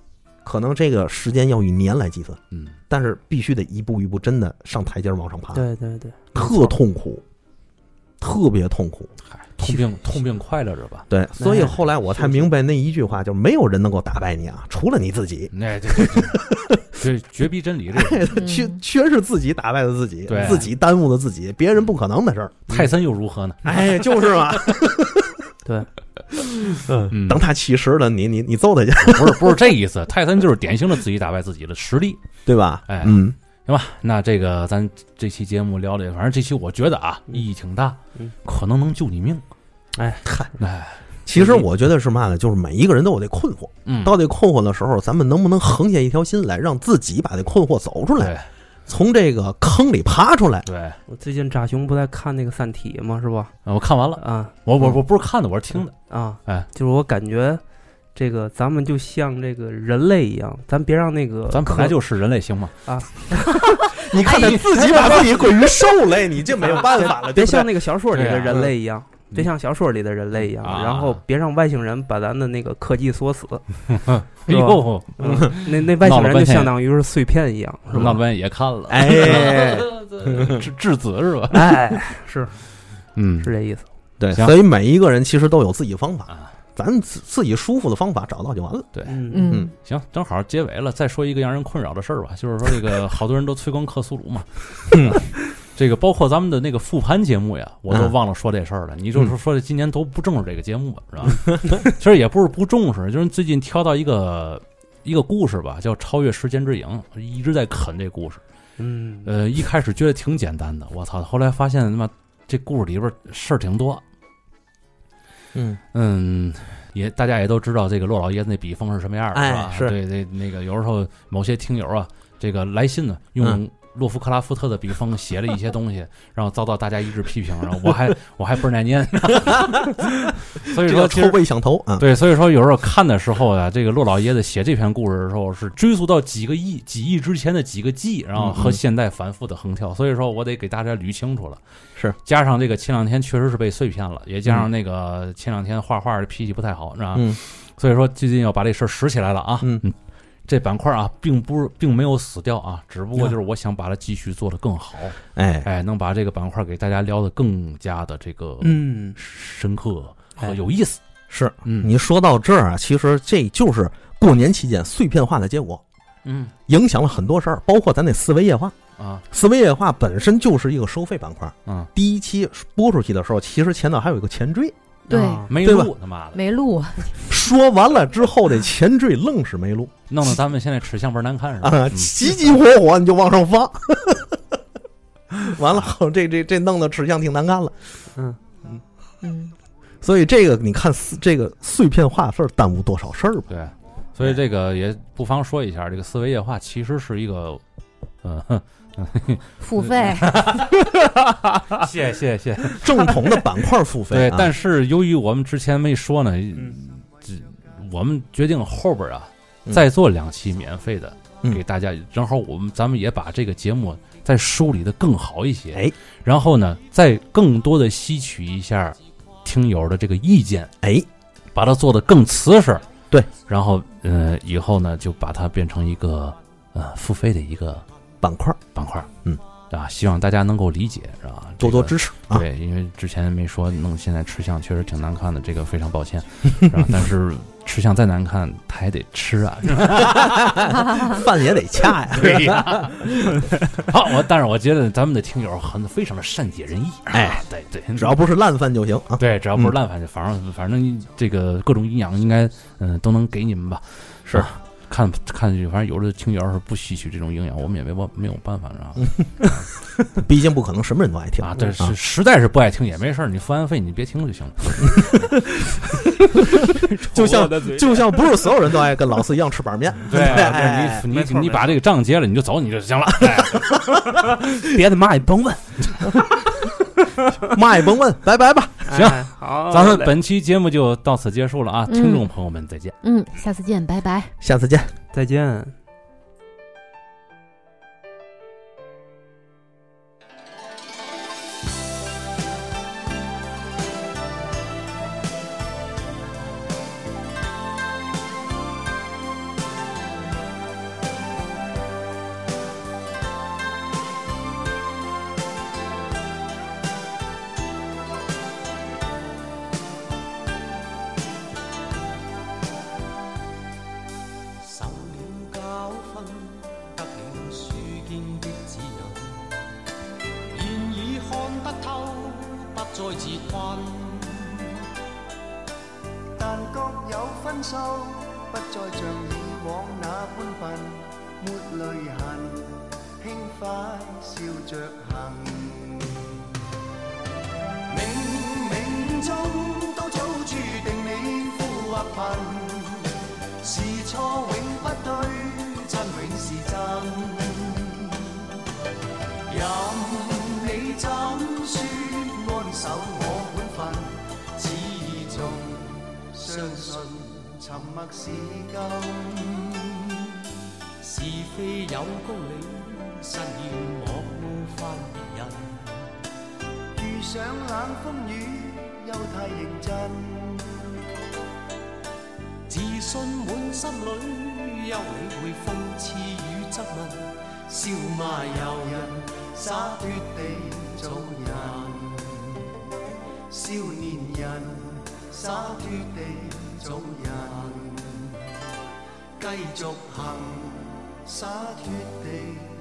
可能这个时间要以年来计算， 嗯， 但是必须得一步一步真的上台阶往上爬， 对对对， 特痛苦，特别痛苦。 嗨，痛并痛并快乐着吧。 对，所以后来我才明白那一句话，就是没有人能够打败你啊，除了你自己。 那这这这绝逼真理，这个全全是自己打败了自己， 对自己耽误了自己，别人不可能的事儿。 泰森又如何呢？ 哎，就是嘛。 对， 嗯，等他七十了，你你你揍他去， 不是不是这意思，泰森就是典型的自己打败自己的实力， 对吧？ 哎， 嗯， 行吧，那这个咱这期节目聊的，反正这期我觉得啊，意义挺大， 嗯， 可能能救你命。 哎， 嗨， 哎， 其实我觉得是嘛呢，就是每一个人都有这困惑， 嗯， 到这困惑的时候，咱们能不能横下一条心来，让自己把这困惑走出来， 对从这个坑里爬出来？ 对， 我最近扎熊不在看那个《三体》吗？是吧？ 我看完了， 啊， 我我我不是看的，我是听的， 啊， 哎， 就是我感觉这个咱们就像这个人类一样，咱别让那个咱本来就是人类，行吗？ 啊， 你看他自己把自己归于兽类，你就没有办法了，对不对？ 别像那个小说里的对啊人类一样。 嗯别像小说里的人类一样， 啊然后别让外星人把咱的那个科技锁死。 哎呦， 嗯，那那外星人就相当于是碎片一样，是吧？ 那边也看了， 哎， 质质子是吧？ 哎，是嗯， 是这意思。 对， 行所以每一个人其实都有自己方法， 啊， 咱自自己舒服的方法找到就完了。 对， 嗯嗯行，正好结尾了，再说一个让人困扰的事儿吧，就是说这个好多人都催更克苏鲁嘛，嗯，这个包括咱们的那个复盘节目呀，我都忘了说这事儿了。你就是说今年都不重视这个节目吧，是吧？其实也不是不重视，就是最近挑到一个一个故事吧，叫《超越时间之影》，一直在啃这故事。 嗯， 呃，一开始觉得挺简单的，我操，后来发现他妈这故事里边事儿挺多。 嗯嗯，也大家也都知道这个骆老爷子那笔锋是什么样的， 哎是吧？ 是对对，那个有时候某些听友啊，这个来信呢，用嗯洛夫克拉夫特的笔锋写了一些东西，然后遭到大家一致批评，然后我还我还倍儿耐念，所以这个臭说其实味相投啊。 对，所以说有时候看的时候啊，这个骆老爷子写这篇故事的时候是追溯到几个亿、几亿之前的几个季，然后和现代反复的横跳，所以说我得给大家捋清楚了。 是加上这个前两天确实是被碎片了，也加上那个前两天画画的脾气不太好，是吧？ 嗯， 所以说最近要把这事儿拾起来了啊。 嗯嗯，这板块啊，并不是并没有死掉啊，只不过就是我想把它继续做得更好， 哎， 哎，能把这个板块给大家聊得更加的这个嗯， 深刻和有意思。 是嗯你说到这儿啊，其实这就是过年期间碎片化的结果， 嗯影响了很多事儿，包括咱那思维夜话。 啊思维夜话本身就是一个收费板块， 嗯， 第一期播出去的时候，其实前头还有一个前缀， 对啊没对吧录他妈的， 没录， 说完了之后，这前缀愣是没录弄得咱们现在吃相倍儿难看是吧？ 啊， 嗯急急火火你就往上放，完了后这这这弄得吃相挺难看了。 嗯， 嗯所以这个你看这个碎片化事儿耽误多少事儿吧？ 对，所以这个也不妨说一下，这个思维夜话其实是一个，嗯、呃， 付费， 谢谢谢谢。 正统的板块付费、 对， 啊， 但是由于我们之前没说呢， 嗯这我们决定后边啊嗯再做两期免费的、 嗯给大家，然后我们咱们也把这个节目再梳理的更好一些， 哎， 然后呢再更多的吸取一下听友的这个意见， 哎， 把它做得更瓷实， 对， 然后呃以后呢就把它变成一个呃付费的一个板块板块， 嗯啊，希望大家能够理解，是吧？ 多多这个支持啊！ 对，因为之前没说弄，现在吃相确实挺难看的，这个非常抱歉。是吧？但是吃相再难看，他还得吃啊，是吧？ 饭也得恰呀。 对呀。好，我但是我觉得咱们的听友很非常的善解人意， 哎， 对对， 只要不是烂饭就行啊。 对，只要不是烂饭，就反正反正这个各种营养应该嗯、呃、都能给你们吧。 是。 啊看看，反正有的听友要是不吸取这种营养，我们也没办没有办法，知道吧？ 毕竟不可能什么人都爱听啊。但是实在是不爱听也没事儿，你付完费你别听就行了。 就像就像不是所有人都爱跟老四一样吃板面。 对， 哎、 你你你把这个账结了，你就走你就行了。哎、 别的嘛也甭问， 嘛也甭问，拜拜吧。 行， 哎、好， 咱们本期节目就到此结束了啊！ 嗯、 听众朋友们再见。 嗯，下次见，拜拜。 下次见， 再见。 天的指引，現已看得透，不再自困。 但各有分數，不再像以往那般笨，沒淚痕，輕快笑着行。冥冥中都早注定你富或貧，是錯永不對，真永是真。任你怎說安守我本分，始終相信沉默是金。 是非有公理，慎言莫冒犯別人。 遇上冷風雨又太認真， 自信滿心裏，休理會諷刺與質問，笑罵由人， 灑脱地做人。少年人灑脱地做人，繼續行灑脱地。